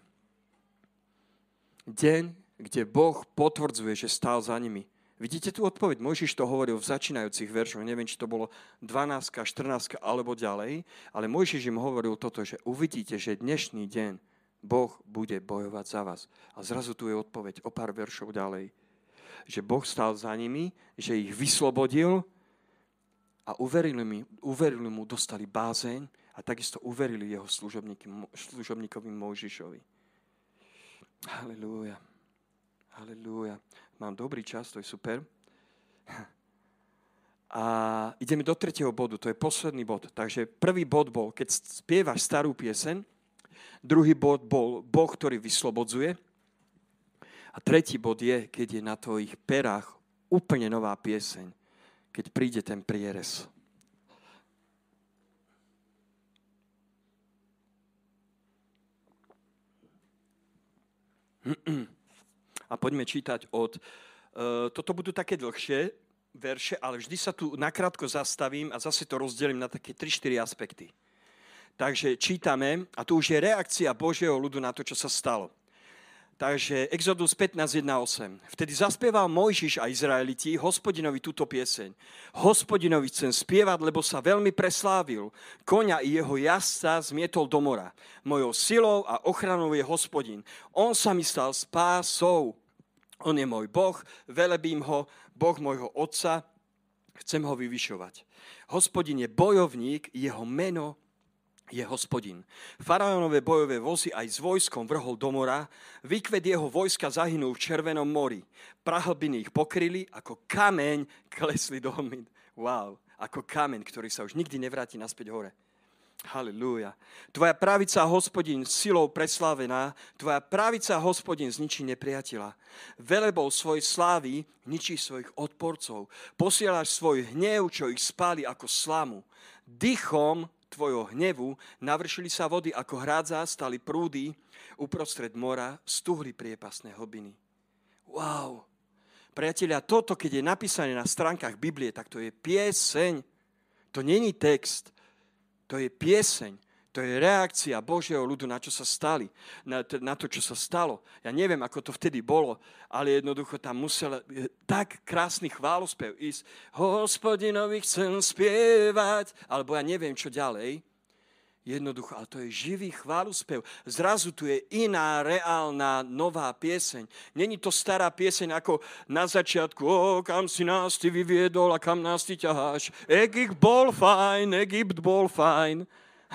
Deň, kde Boh potvrdzuje, že stál za nimi. Vidíte tú odpoveď? Mojžiš to hovoril v začínajúcich veršoch. Neviem, či to bolo 12, 14 alebo ďalej. Ale Mojžiš im hovoril toto, že uvidíte, že dnešný deň Boh bude bojovať za vás. A zrazu tu je odpoveď o pár veršov ďalej. Že Boh stál za nimi, že ich vyslobodil a uverili mu, dostali bázeň a takisto uverili jeho služobníkovi Mojžišovi. Halelúja. Halelúja. Mám dobrý čas, to je super. A ideme do 3. bodu, to je posledný bod. Takže prvý bod bol, keď spievaš starú pieseň, druhý bod bol Boh, ktorý vyslobodzuje. A tretí bod je, keď je na tvojich perách úplne nová pieseň, keď príde ten prierez. A poďme čítať od... Toto budú také dlhšie verše, ale vždy sa tu nakrátko zastavím a zase to rozdelím na také 3-4 aspekty. Takže čítame, a tu už je reakcia Božieho ľudu na to, čo sa stalo. Takže Exodus 15.1.8. Vtedy zaspieval Mojžiš a Izraeliti Hospodinovi túto pieseň. Hospodinovi chcem spievať, lebo sa veľmi preslávil. Koňa i jeho jazdca zmietol do mora. Mojou silou a ochranou je Hospodin. On sa mi stal spásou. On je môj Boh, velebím ho, Boh môjho otca, chcem ho vyvyšovať. Hospodin je bojovník, jeho meno je Hospodin. Faraónové bojové vozy aj s vojskom vrhol do mora, výkvet jeho vojska zahynul v Červenom mori. Prahlbiny ich pokryli, ako kameň klesli do hlbín. Wow, ako kameň, ktorý sa už nikdy nevráti naspäť hore. Halelúja. Tvoja pravica, Hospodin, silou preslávená, tvoja pravica, Hospodin, zničí nepriateľa. Velebou svojej slávy ničí svojich odporcov. Posielaš svoj hnev, čo ich spáli ako slamu. Dychom tvojho hnevu navršili sa vody ako hrádza, stali prúdy, uprostred mora stuhli priepasné hlbiny. Wow. Priatelia, toto, keď je napísané na stránkach Biblie, tak to je pieseň. To není text. To je pieseň, to je reakcia Božieho ľudu, na čo sa stali, na to, čo sa stalo. Ja neviem, ako to vtedy bolo, ale jednoducho tam musel tak krásny chválospev ísť. Hospodinovi chcem spievať, alebo ja neviem, čo ďalej. Jednoducho, ale to je živý chválospev. Zrazu tu je iná, reálna, nová pieseň. Není to stará pieseň ako na začiatku, kam si nás ty vyviedol a kam nás ty ťaháš. Egypt bol fajn.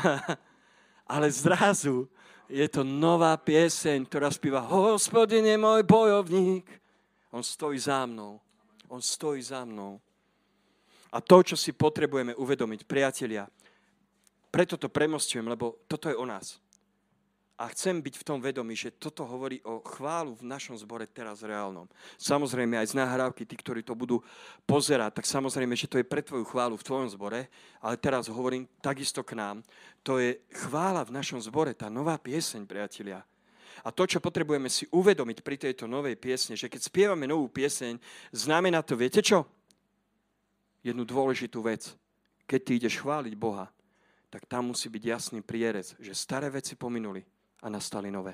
Ale zrazu je to nová pieseň, ktorá spíva Hospodin je môj bojovník. On stojí za mnou. On stojí za mnou. A to, čo si potrebujeme uvedomiť, priatelia, preto to premostujem, lebo toto je o nás. A chcem byť v tom vedomí, že toto hovorí o chválu v našom zbore teraz reálnom. Samozrejme aj z nahrávky, tí, ktorí to budú pozerať, tak samozrejme, že to je pre tvoju chválu v tvojom zbore, ale teraz hovorím takisto k nám. To je chvála v našom zbore, tá nová pieseň, priatelia. A to, čo potrebujeme si uvedomiť pri tejto novej piesne, že keď spievame novú pieseň, znamená to, viete čo? Jednu dôležitú vec. Keď ty ideš chváliť Boha, tak tam musí byť jasný prierez, že staré veci pominuli a nastali nové.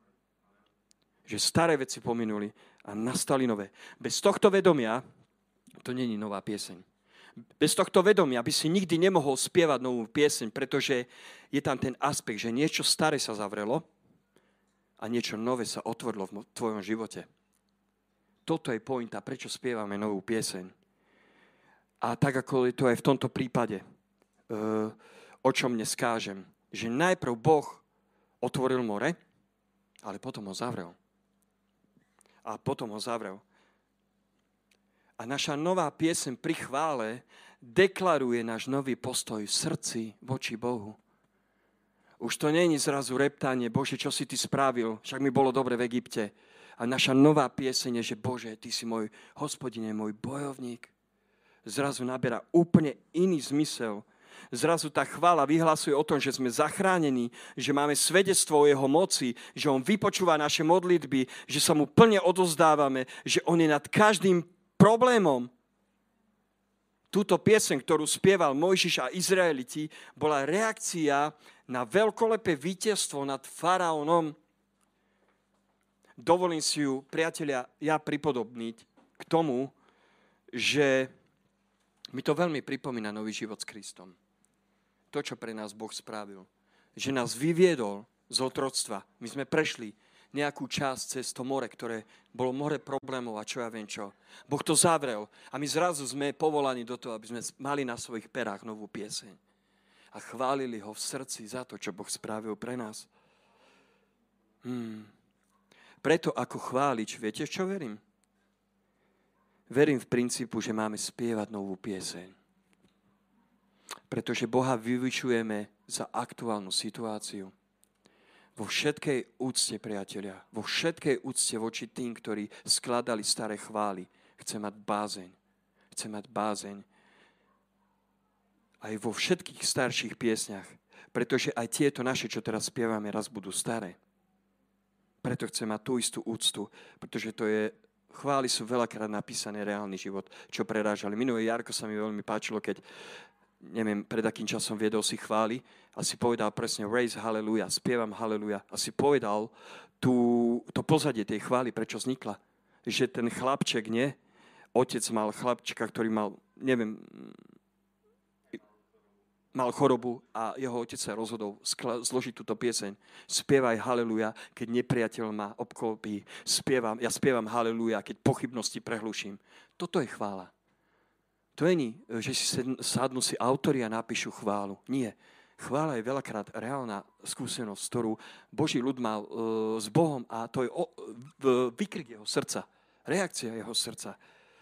Že staré veci pominuli a nastali nové. Bez tohto vedomia to není nová pieseň. Bez tohto vedomia by si nikdy nemohol spievať novú pieseň, pretože je tam ten aspekt, že niečo staré sa zavrelo a niečo nové sa otvorilo v tvojom živote. Toto je pointa, prečo spievame novú pieseň. A tak, ako je to aj v tomto prípade, o čom dnes kážem, že najprv Boh otvoril more, ale potom ho zavrel. A naša nová pieseň pri chvále deklaruje náš nový postoj v srdci voči Bohu. Už to nie je zrazu reptanie, Bože, čo si ty spravil, však mi bolo dobre v Egypte. A naša nová pieseň je, že Bože, ty si môj Hospodine, môj bojovník. Zrazu naberá úplne iný zmysel. Zrazu tá chvála vyhlasuje o tom, že sme zachránení, že máme svedectvo o jeho moci, že on vypočúva naše modlitby, že sa mu plne odozdávame, že on je nad každým problémom. Túto pieseň, ktorú spieval Mojžiš a Izraeliti, bola reakcia na veľkolepé víťazstvo nad faraónom. Dovolím si ju, priatelia, ja pripodobniť k tomu, že mi to veľmi pripomína nový život s Kristom. To, čo pre nás Boh spravil. Že nás vyviedol z otroctva. My sme prešli nejakú časť cez to more, ktoré bolo more problémov a čo ja viem čo. Boh to zavrel a my zrazu sme povolaní do toho, aby sme mali na svojich perách novú pieseň. A chválili ho v srdci za to, čo Boh spravil pre nás. Preto ako chválič, viete, čo verím? verím v princípu, že máme spievať novú pieseň. Pretože Boha vyvyšujeme za aktuálnu situáciu. Vo všetkej úcte, priatelia, vo všetkej úcte voči tým, ktorí skladali staré chvály, chcem mať bázeň. Chcem mať bázeň. Aj vo všetkých starších piesňach. Pretože aj tieto naše, čo teraz spievame, raz budú staré. Preto chcem mať tú istú úctu. Pretože to je, chvály sú veľakrát napísané reálny život, čo prerážali. Minulé Jarko sa mi veľmi páčilo, keď neviem, pred akým časom viedol si chvály a si povedal presne raise hallelujah, spievam hallelujah a si povedal to pozadie tej chvály, prečo vznikla. Že ten chlapček, nie? Otec mal chlapčeka, ktorý mal, neviem, mal chorobu a jeho otec sa rozhodol zložiť túto pieseň. Spievaj hallelujah, keď nepriateľ ma obklopí. Ja spievam hallelujah, keď pochybnosti prehluším. Toto je chvála. To nie, že si sadnú si autori a napíšu chválu. Nie. Chvála je veľakrát reálna skúsenosť, ktorú Boží ľud mal s Bohom a to je výkrik jeho srdca. Reakcia jeho srdca.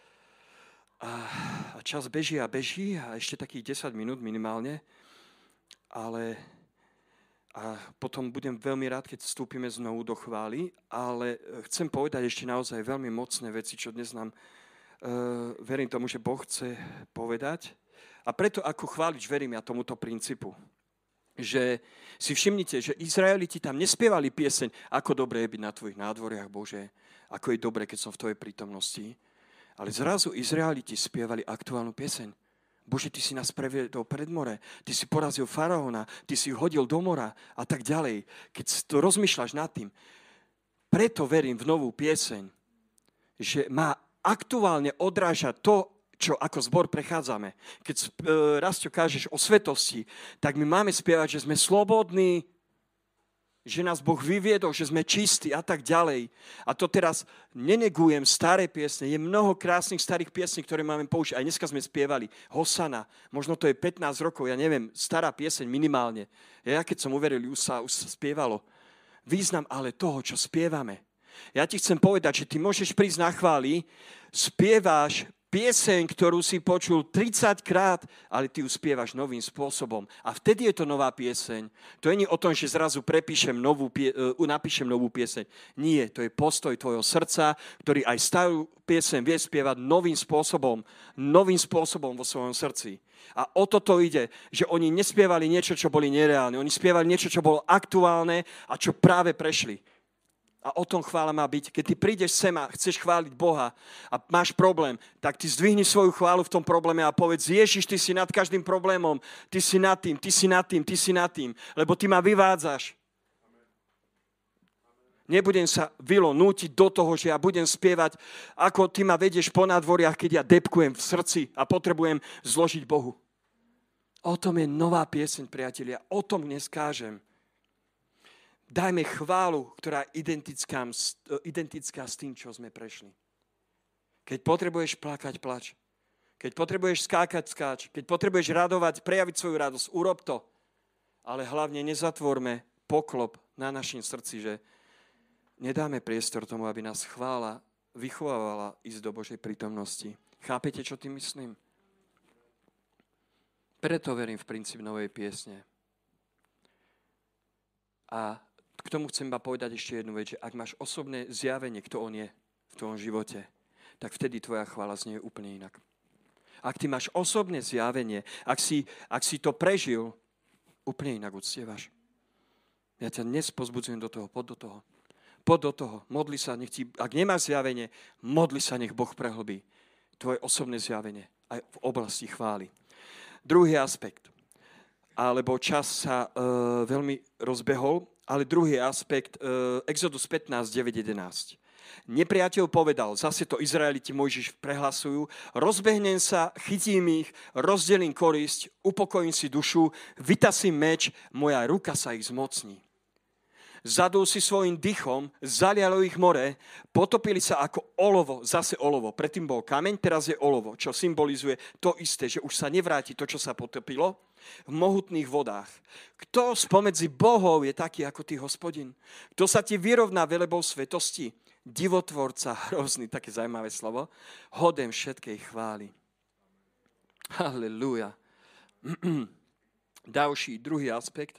A čas beží a ešte takých 10 minút minimálne, ale a potom budem veľmi rád, keď vstúpime znovu do chvály, ale chcem povedať ešte naozaj veľmi mocné veci, čo dnes nám verím tomu, že Boh chce povedať. A preto ako chválič verím ja tomuto princípu. Že si všimnite, že Izraeliti tam nespievali pieseň, ako dobre je byť na tvojich nádvoriach, Bože, ako je dobre, keď som v tvojej prítomnosti. Ale zrazu Izraeliti spievali aktuálnu pieseň. Bože, ty si nás previedol pred more, ty si porazil faraóna, ty si hodil do mora a tak ďalej. Keď to rozmýšľaš nad tým, preto verím v novú pieseň, že má aktuálne odráža to, čo ako zbor prechádzame. Keď Rastio kážeš o svetosti, tak my máme spievať, že sme slobodní, že nás Boh vyviedol, že sme čistí a tak ďalej. A to teraz nenegujem staré piesne. Je mnoho krásnych starých piesní, ktoré máme použiť. Aj dneska sme spievali Hosana. Možno to je 15 rokov, ja neviem, stará pieseň minimálne. Ja keď som uveril, už sa spievalo. Význam ale toho, čo spievame. Ja ti chcem povedať, že ty môžeš prísť na chvály, spieváš pieseň, ktorú si počul 30 krát, ale ty ju spievaš novým spôsobom. A vtedy je to nová pieseň. To nie je o tom, že zrazu napíšem novú pieseň. Nie, to je postoj tvojho srdca, ktorý aj starú pieseň vie spievať novým spôsobom vo svojom srdci. A o toto ide, že oni nespievali niečo, čo boli nereálne. Oni spievali niečo, čo bolo aktuálne a čo práve prešli. A o tom chvála má byť. Keď ty prídeš sem a chceš chváliť Boha a máš problém, tak ty zdvihni svoju chválu v tom probléme a povedz, Ježiš, ty si nad každým problémom, ty si nad tým, ty si nad tým, ty si nad tým, lebo ty ma vyvádzaš. Nebudem sa, Vilo, nútiť do toho, že ja budem spievať, ako ty ma vedieš po nádvoriach, keď ja depkujem v srdci a potrebujem zložiť Bohu. O tom je nová pieseň, priatelia, o tom dnes kážem. Dajme chválu, ktorá je identická s tým, čo sme prešli. Keď potrebuješ plakať, plač. Keď potrebuješ skákať, skáč. Keď potrebuješ radovať, prejaviť svoju radosť, urob to. Ale hlavne nezatvorme poklop na našom srdci, že nedáme priestor tomu, aby nás chvála vychovávala ísť do Božej prítomnosti. Chápete, čo tým myslím? Preto verím v princíp novej piesne. A k tomu chcem iba povedať ešte jednu vec, že ak máš osobné zjavenie, kto on je v tvojom živote, tak vtedy tvoja chvála znie úplne inak. Ak ty máš osobné zjavenie, ak si to prežil, úplne inak uctievaš. Ja ťa dnes pozbudzujem do toho, poď do toho, modli sa, ak nemáš zjavenie, modli sa, nech Boh prehlbí tvoje osobné zjavenie aj v oblasti chvály. Druhý aspekt, alebo čas sa veľmi rozbehol, ale druhý aspekt, Exodus 15, 9, 11. Nepriateľ povedal, zase to Izraeliti Mojžiš prehlasujú, rozbehnem sa, chytím ich, rozdelím korisť, upokojím si dušu, vytasím meč, moja ruka sa ich zmocní. Zadul si svojim dychom, zalialo ich more, potopili sa ako olovo, zase olovo. Predtým bol kameň, teraz je olovo, čo symbolizuje to isté, že už sa nevráti to, čo sa potopilo v mohutných vodách. Kto spomedzi bohov je taký ako ty, Hospodin? Kto sa ti vyrovná velebou svetosti? divotvorca, hrozný, také zaujímavé slovo, hoden všetkej chvály. Halelúja. Ďalší, druhý aspekt.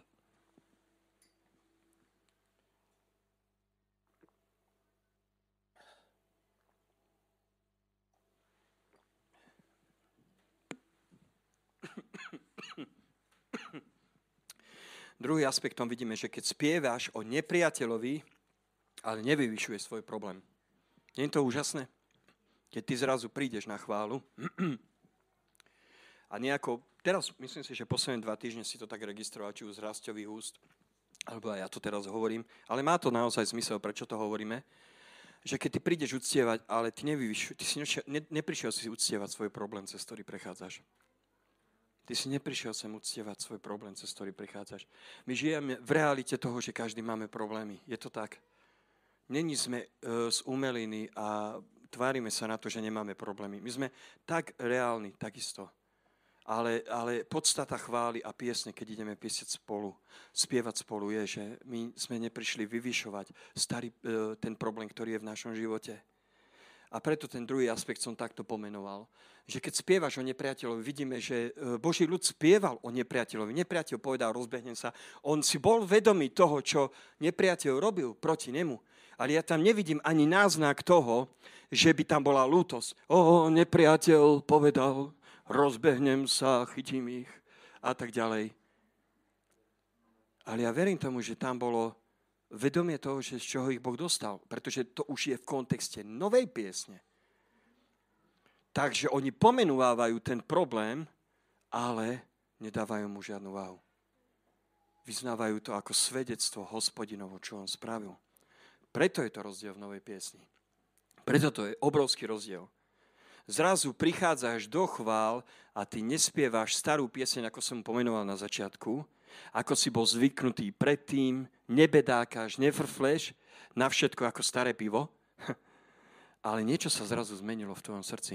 Druhý aspektom vidíme, že keď spievaš o nepriateľovi, ale nevyvyšuje svoj problém. Nie je to úžasné? Keď ty zrazu prídeš na chválu a nejako, teraz myslím si, že posledné 2 týždne si to tak registroval, či už z Rasťových úst, alebo aj ja to teraz hovorím, ale má to naozaj zmysel, prečo to hovoríme, že keď ty prídeš uctievať, ale ty neprišiel si uctievať svoj problém, cez ktorý prechádzaš. Ty si neprišiel sem uctievať svoj problém, cez ktorý prichádzaš. My žijeme v realite toho, že každý máme problémy. Je to tak? Není sme z umeliny a tvárime sa na to, že nemáme problémy. My sme tak reálni, takisto. Ale podstata chvály a piesne, keď ideme písať spolu, spievať spolu, je, že my sme neprišli vyvyšovať ten problém, ktorý je v našom živote. A preto ten druhý aspekt som takto pomenoval. Že keď spievaš o nepriateľovi, vidíme, že Boží ľud spieval o nepriateľovi. Nepriateľ povedal, rozbehnem sa. On si bol vedomý toho, čo nepriateľ robil proti nemu. Ale ja tam nevidím ani náznak toho, že by tam bola lútosť. Nepriateľ povedal, rozbehnem sa, chytím ich a tak ďalej. Ale ja verím tomu, že tam bolo vedomie toho, že z čoho ich Boh dostal. Pretože to už je v kontexte novej piesne. Takže oni pomenúvajú ten problém, ale nedávajú mu žiadnu váhu. Vyznávajú to ako svedectvo Hospodinovo, čo on spravil. Preto je to rozdiel v novej piesni. Preto to je obrovský rozdiel. Zrazu prichádzaš do chvál a ty nespievaš starú pieseň, ako som pomenoval na začiatku, ako si bol zvyknutý predtým, nebedákaš, nefrfleš na všetko ako staré pivo, ale niečo sa zrazu zmenilo v tvojom srdci.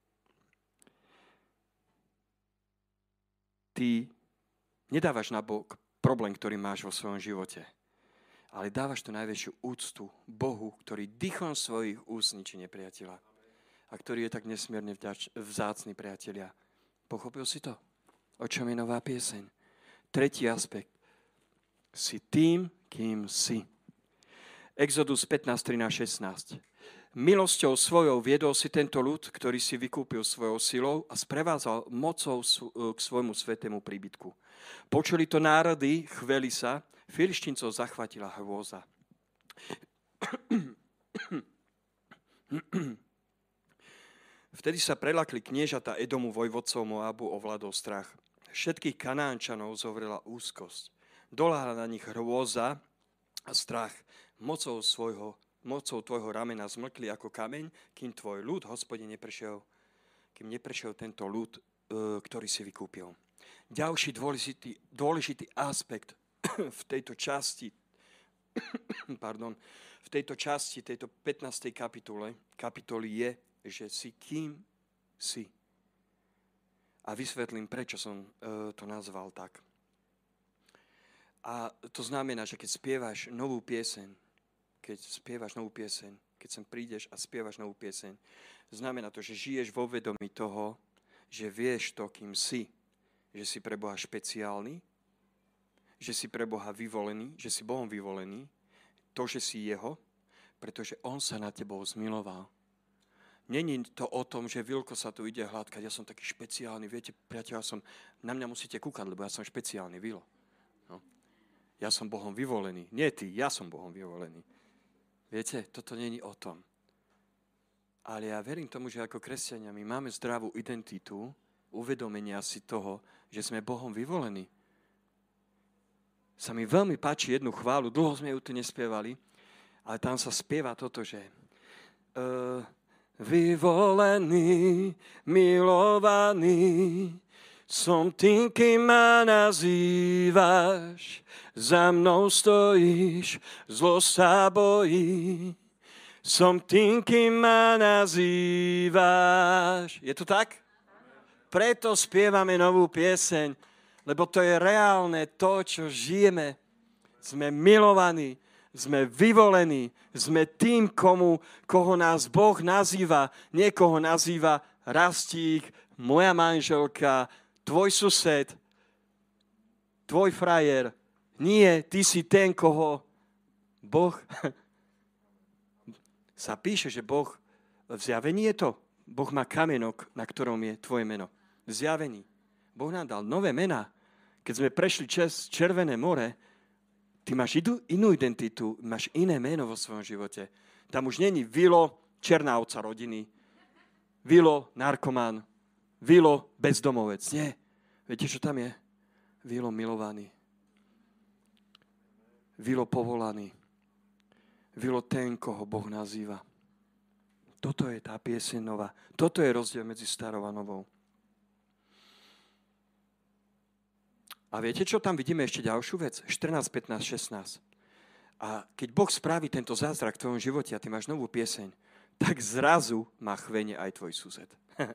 Ty nedávaš na bok problém, ktorý máš vo svojom živote, ale dávaš tú najväčšiu úctu Bohu, ktorý dychom svojich úst ničí nepriateľa a ktorý je tak nesmierne vzácny, priatelia. Pochopil si to? O čom je nová pieseň? Tretí aspekt. Si tým, kým si. Exodus 15, 13, 16. Milosťou svojou viedol si tento ľud, ktorý si vykúpil svojou silou a sprevádzal mocou k svojmu svätému príbytku. Počuli to národy, chveli sa, Filištíncov zachvatila hrôza. Vtedy sa prelakli kniežata Edomu, vojvodcov Moabu, ovládol strach. Všetkých Kanánčanov zovrela úzkosť. Doľahla na nich hrôza a strach. Mocou tvojho ramena zmlkli ako kameň, kým tvoj ľud, Hospodin, kým neprešiel tento ľud, ktorý si vykúpil. Ďalší dôležitý aspekt v tejto časti, tejto 15. kapitoly je, že si kým si. A vysvetlím, prečo som to nazval tak. A to znamená, že keď spievaš novú pieseň, keď sem prídeš a spievaš novú pieseň, znamená to, že žiješ vo vedomí toho, že vieš to, kým si. Že si pre Boha špeciálny, že si pre Boha vyvolený, že si Bohom vyvolený, to, že si Jeho, pretože On sa na tebou zmiloval. Není to o tom, že Vilko sa tu ide hladkať, ja som taký špeciálny, viete, priateľ, na mňa musíte kúkať, lebo ja som špeciálny, Vilo. No. Ja som Bohom vyvolený. Nie ty, ja som Bohom vyvolený. Viete, toto není o tom. Ale ja verím tomu, že ako kresťania my máme zdravú identitu, uvedomenia si toho, že sme Bohom vyvolení. Sa mi veľmi páči jednu chválu, dlho sme ju tu nespievali, ale tam sa spieva toto, že vyvolený, milovaný, som tým, kým ma nazývaš, za mnou stojíš, zlo sa bojí. Som tým, kým ma nazývaš. Je to tak? Preto spievame novú pieseň, lebo to je reálne to, čo žijeme. Sme milovaní, Sme vyvolení, sme tým, koho nás Boh nazýva. Niekoho nazýva Rastík, moja manželka, tvoj sused, tvoj frajer. Nie, ty si ten, koho Boh... Sa píše, že Boh v Zjavení je to. Boh má kamienok, na ktorom je tvoje meno. V Zjavení. Boh nám dal nové mená. Keď sme prešli cez Červené more, ty máš inú identitu, máš iné meno vo svojom živote. Tam už není Vilo, černá ovca rodiny, Vilo, narkoman, Vilo, bezdomovec. Nie. Viete, čo tam je? Vilo, milovaný. Vilo, povolaný. Vilo, ten, koho Boh nazýva. Toto je tá pieseň nová. Toto je rozdiel medzi starou a novou. A viete, čo tam vidíme ešte ďalšiu vec? 14, 15, 16. A keď Boh spraví tento zázrak v tvojom živote a ty máš novú pieseň, tak zrazu má chvenie aj tvoj sused.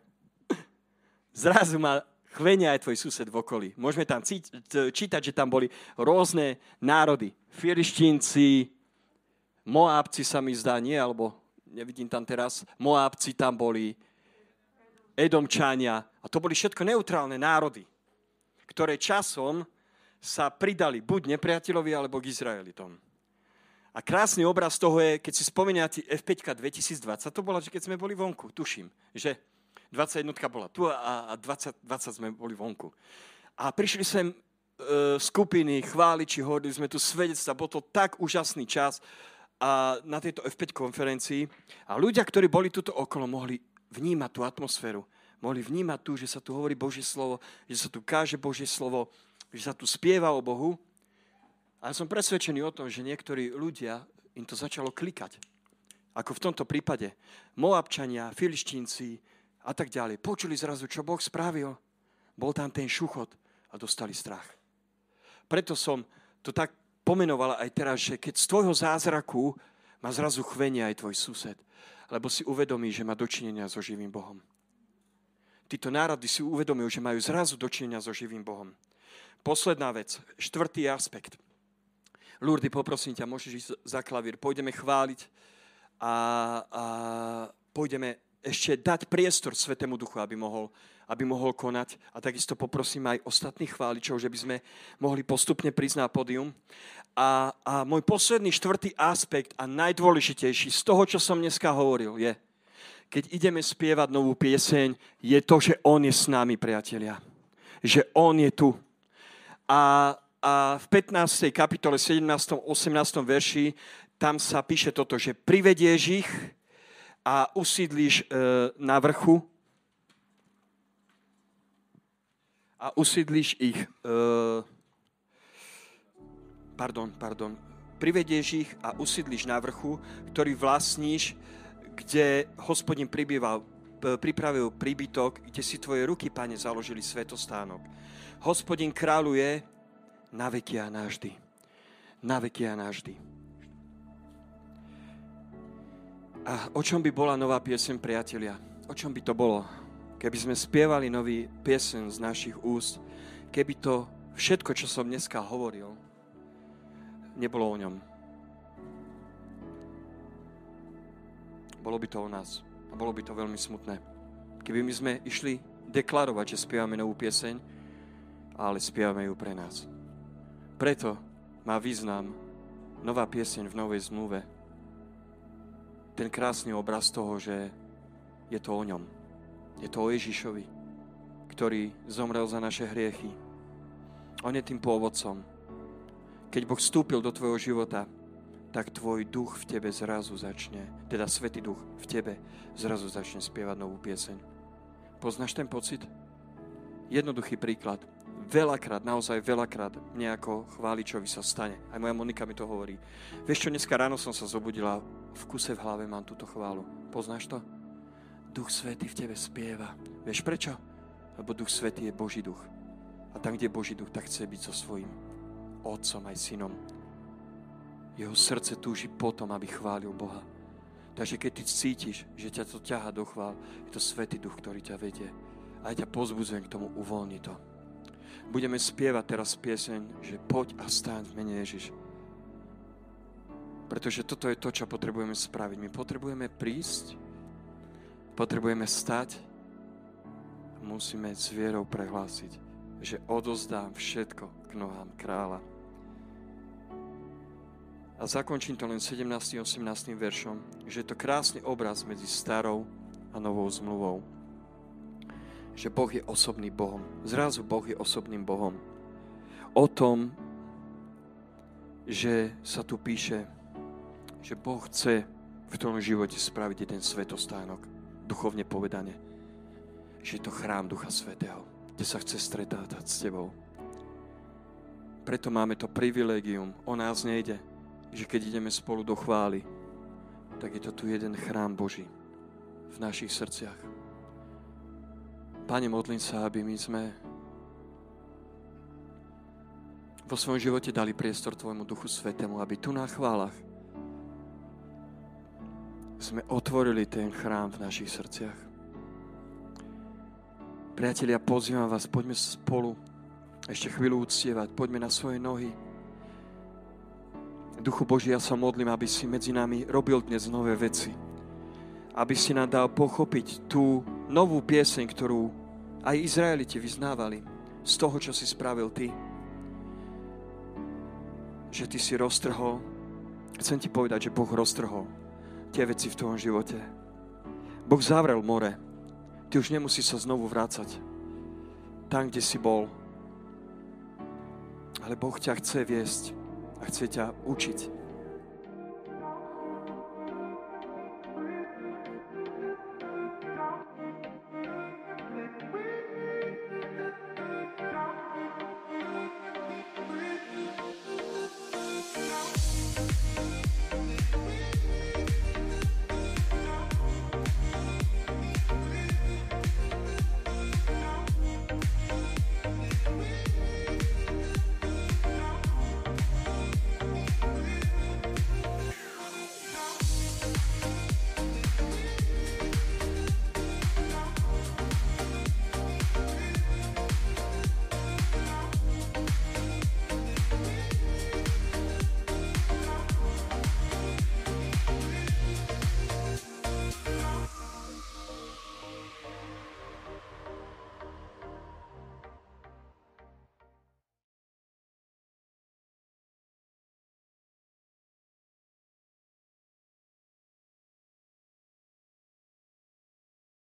Zrazu má chvenie aj tvoj sused v okolí. Môžeme tam čítať, že tam boli rôzne národy. Filištínci, Moábci sa mi zdá, nie, alebo nevidím tam teraz. Moábci tam boli, Edomčania. A to boli všetko neutrálne národy, ktoré časom sa pridali buď nepriateľovi, alebo k Izraelitom. A krásny obraz toho je, keď si spomeniate F5 2020, to bola, že keď sme boli vonku, tuším, že 21 bola tu a 20 sme boli vonku. A prišli sem skupiny, chváliči, hovorili sme tu svedectva, bol to tak úžasný čas a na tejto F5 konferencii. A ľudia, ktorí boli tuto okolo, mohli vnímať tú atmosféru. Mohli vnímať tu, že sa tu hovorí Božie slovo, že sa tu káže Božie slovo, že sa tu spieva o Bohu. A ja som presvedčený o tom, že niektorí ľudia, im to začalo klikať. Ako v tomto prípade. Moabčania, Filištínci a tak ďalej. Počuli zrazu, čo Boh spravil. Bol tam ten šuchot a dostali strach. Preto som to tak pomenovala aj teraz, že keď z tvojho zázraku má zrazu chvenie aj tvoj sused. Lebo si uvedomí, že má dočinenia so živým Bohom. Títo národy si uvedomujú, že majú zrazu dočinenia so živým Bohom. Posledná vec, 4. aspekt. Lurdy, poprosím ťa, môžeš ísť za klavír. Pôjdeme chváliť a pôjdeme ešte dať priestor Svätému Duchu, aby mohol konať. A takisto poprosím aj ostatných chváličov, že by sme mohli postupne prísť na pódium. A môj posledný 4. aspekt a najdôležitejší z toho, čo som dneska hovoril, je, keď ideme spievať novú pieseň, je to, že on je s nami, priatelia. Že on je tu. A v 15. kapitole 17. 18. verši tam sa píše toto, že privedieš ich a usídliš na vrchu a usídliš ich privedieš ich a usídliš na vrchu, ktorý vlastníš, kde Hospodin pripravil príbytok, kde si tvoje ruky, Pane, založili svätostánok. Hospodin kráľuje na veky a navždy. Na veky a navždy. A o čom by bola nová pieseň, priatelia? O čom by to bolo? Keby sme spievali nový pieseň z našich úst, keby to všetko, čo som dneska hovoril, nebolo o ňom. Bolo by to o nás. A bolo by to veľmi smutné. Keby my sme išli deklarovať, že spievame novú pieseň, ale spievame ju pre nás. Preto má význam nová pieseň v novej zmluve. Ten krásny obraz toho, že je to o ňom. Je to o Ježišovi, ktorý zomrel za naše hriechy. On je tým pôvodcom. Keď Boh vstúpil do tvojho života, tak tvoj duch v tebe zrazu začne, teda Svätý Duch v tebe zrazu začne spievať novú pieseň. Poznáš ten pocit? Jednoduchý príklad. Veľakrát, naozaj veľakrát nejako chváličovi sa stane. Aj moja Monika mi to hovorí. Vieš čo, dneska ráno som sa zobudila, v kuse v hlave mám túto chválu. Poznáš to? Duch Svätý v tebe spieva. Vieš prečo? Lebo Duch Svätý je Boží duch. A tam, kde je Boží duch, tak chce byť so svojím otcom aj synom. Jeho srdce túži potom, aby chválil Boha. Takže keď ty cítiš, že ťa to ťahá do chvál, je to Svätý Duch, ktorý ťa vedie. A ja ťa pozbudzujem k tomu, uvoľni to. Budeme spievať teraz pieseň, že poď a staň v mene Ježiš. Pretože toto je to, čo potrebujeme spraviť. My potrebujeme prísť, potrebujeme stať a musíme s vierou prehlásiť, že odozdám všetko k nohám kráľa. A zakončím to len 17. a 18. veršom, že je to krásny obraz medzi starou a novou zmluvou. Že Boh je osobný Bohom. Zrazu Boh je osobným Bohom. O tom, že sa tu píše, že Boh chce v tom živote spraviť jeden svätostánok, duchovne povedané. Že je to chrám Ducha Svätého, kde sa chce stretávať s tebou. Preto máme to privilégium. O nás nejde, že keď ideme spolu do chvály, tak je to tu jeden chrám Boží v našich srdciach. Pane, modlím sa, aby my sme vo svojom živote dali priestor Tvojmu Duchu Svätému, aby tu na chválach sme otvorili ten chrám v našich srdciach. Priatelia, pozývam vás, poďme spolu ešte chvíľu uctievať, poďme na svoje nohy. Duchu Boží, ja sa modlím, aby si medzi nami robil dnes nové veci. Aby si nám dal pochopiť tú novú pieseň, ktorú aj Izraeliti vyznávali z toho, čo si spravil Ty. Že Ty si roztrhol. Chcem Ti povedať, že Boh roztrhol tie veci v tvojom živote. Boh zavrel more. Ty už nemusíš sa znovu vrácať tam, kde si bol. Ale Boh ťa chce viesť a chce ťa učiť.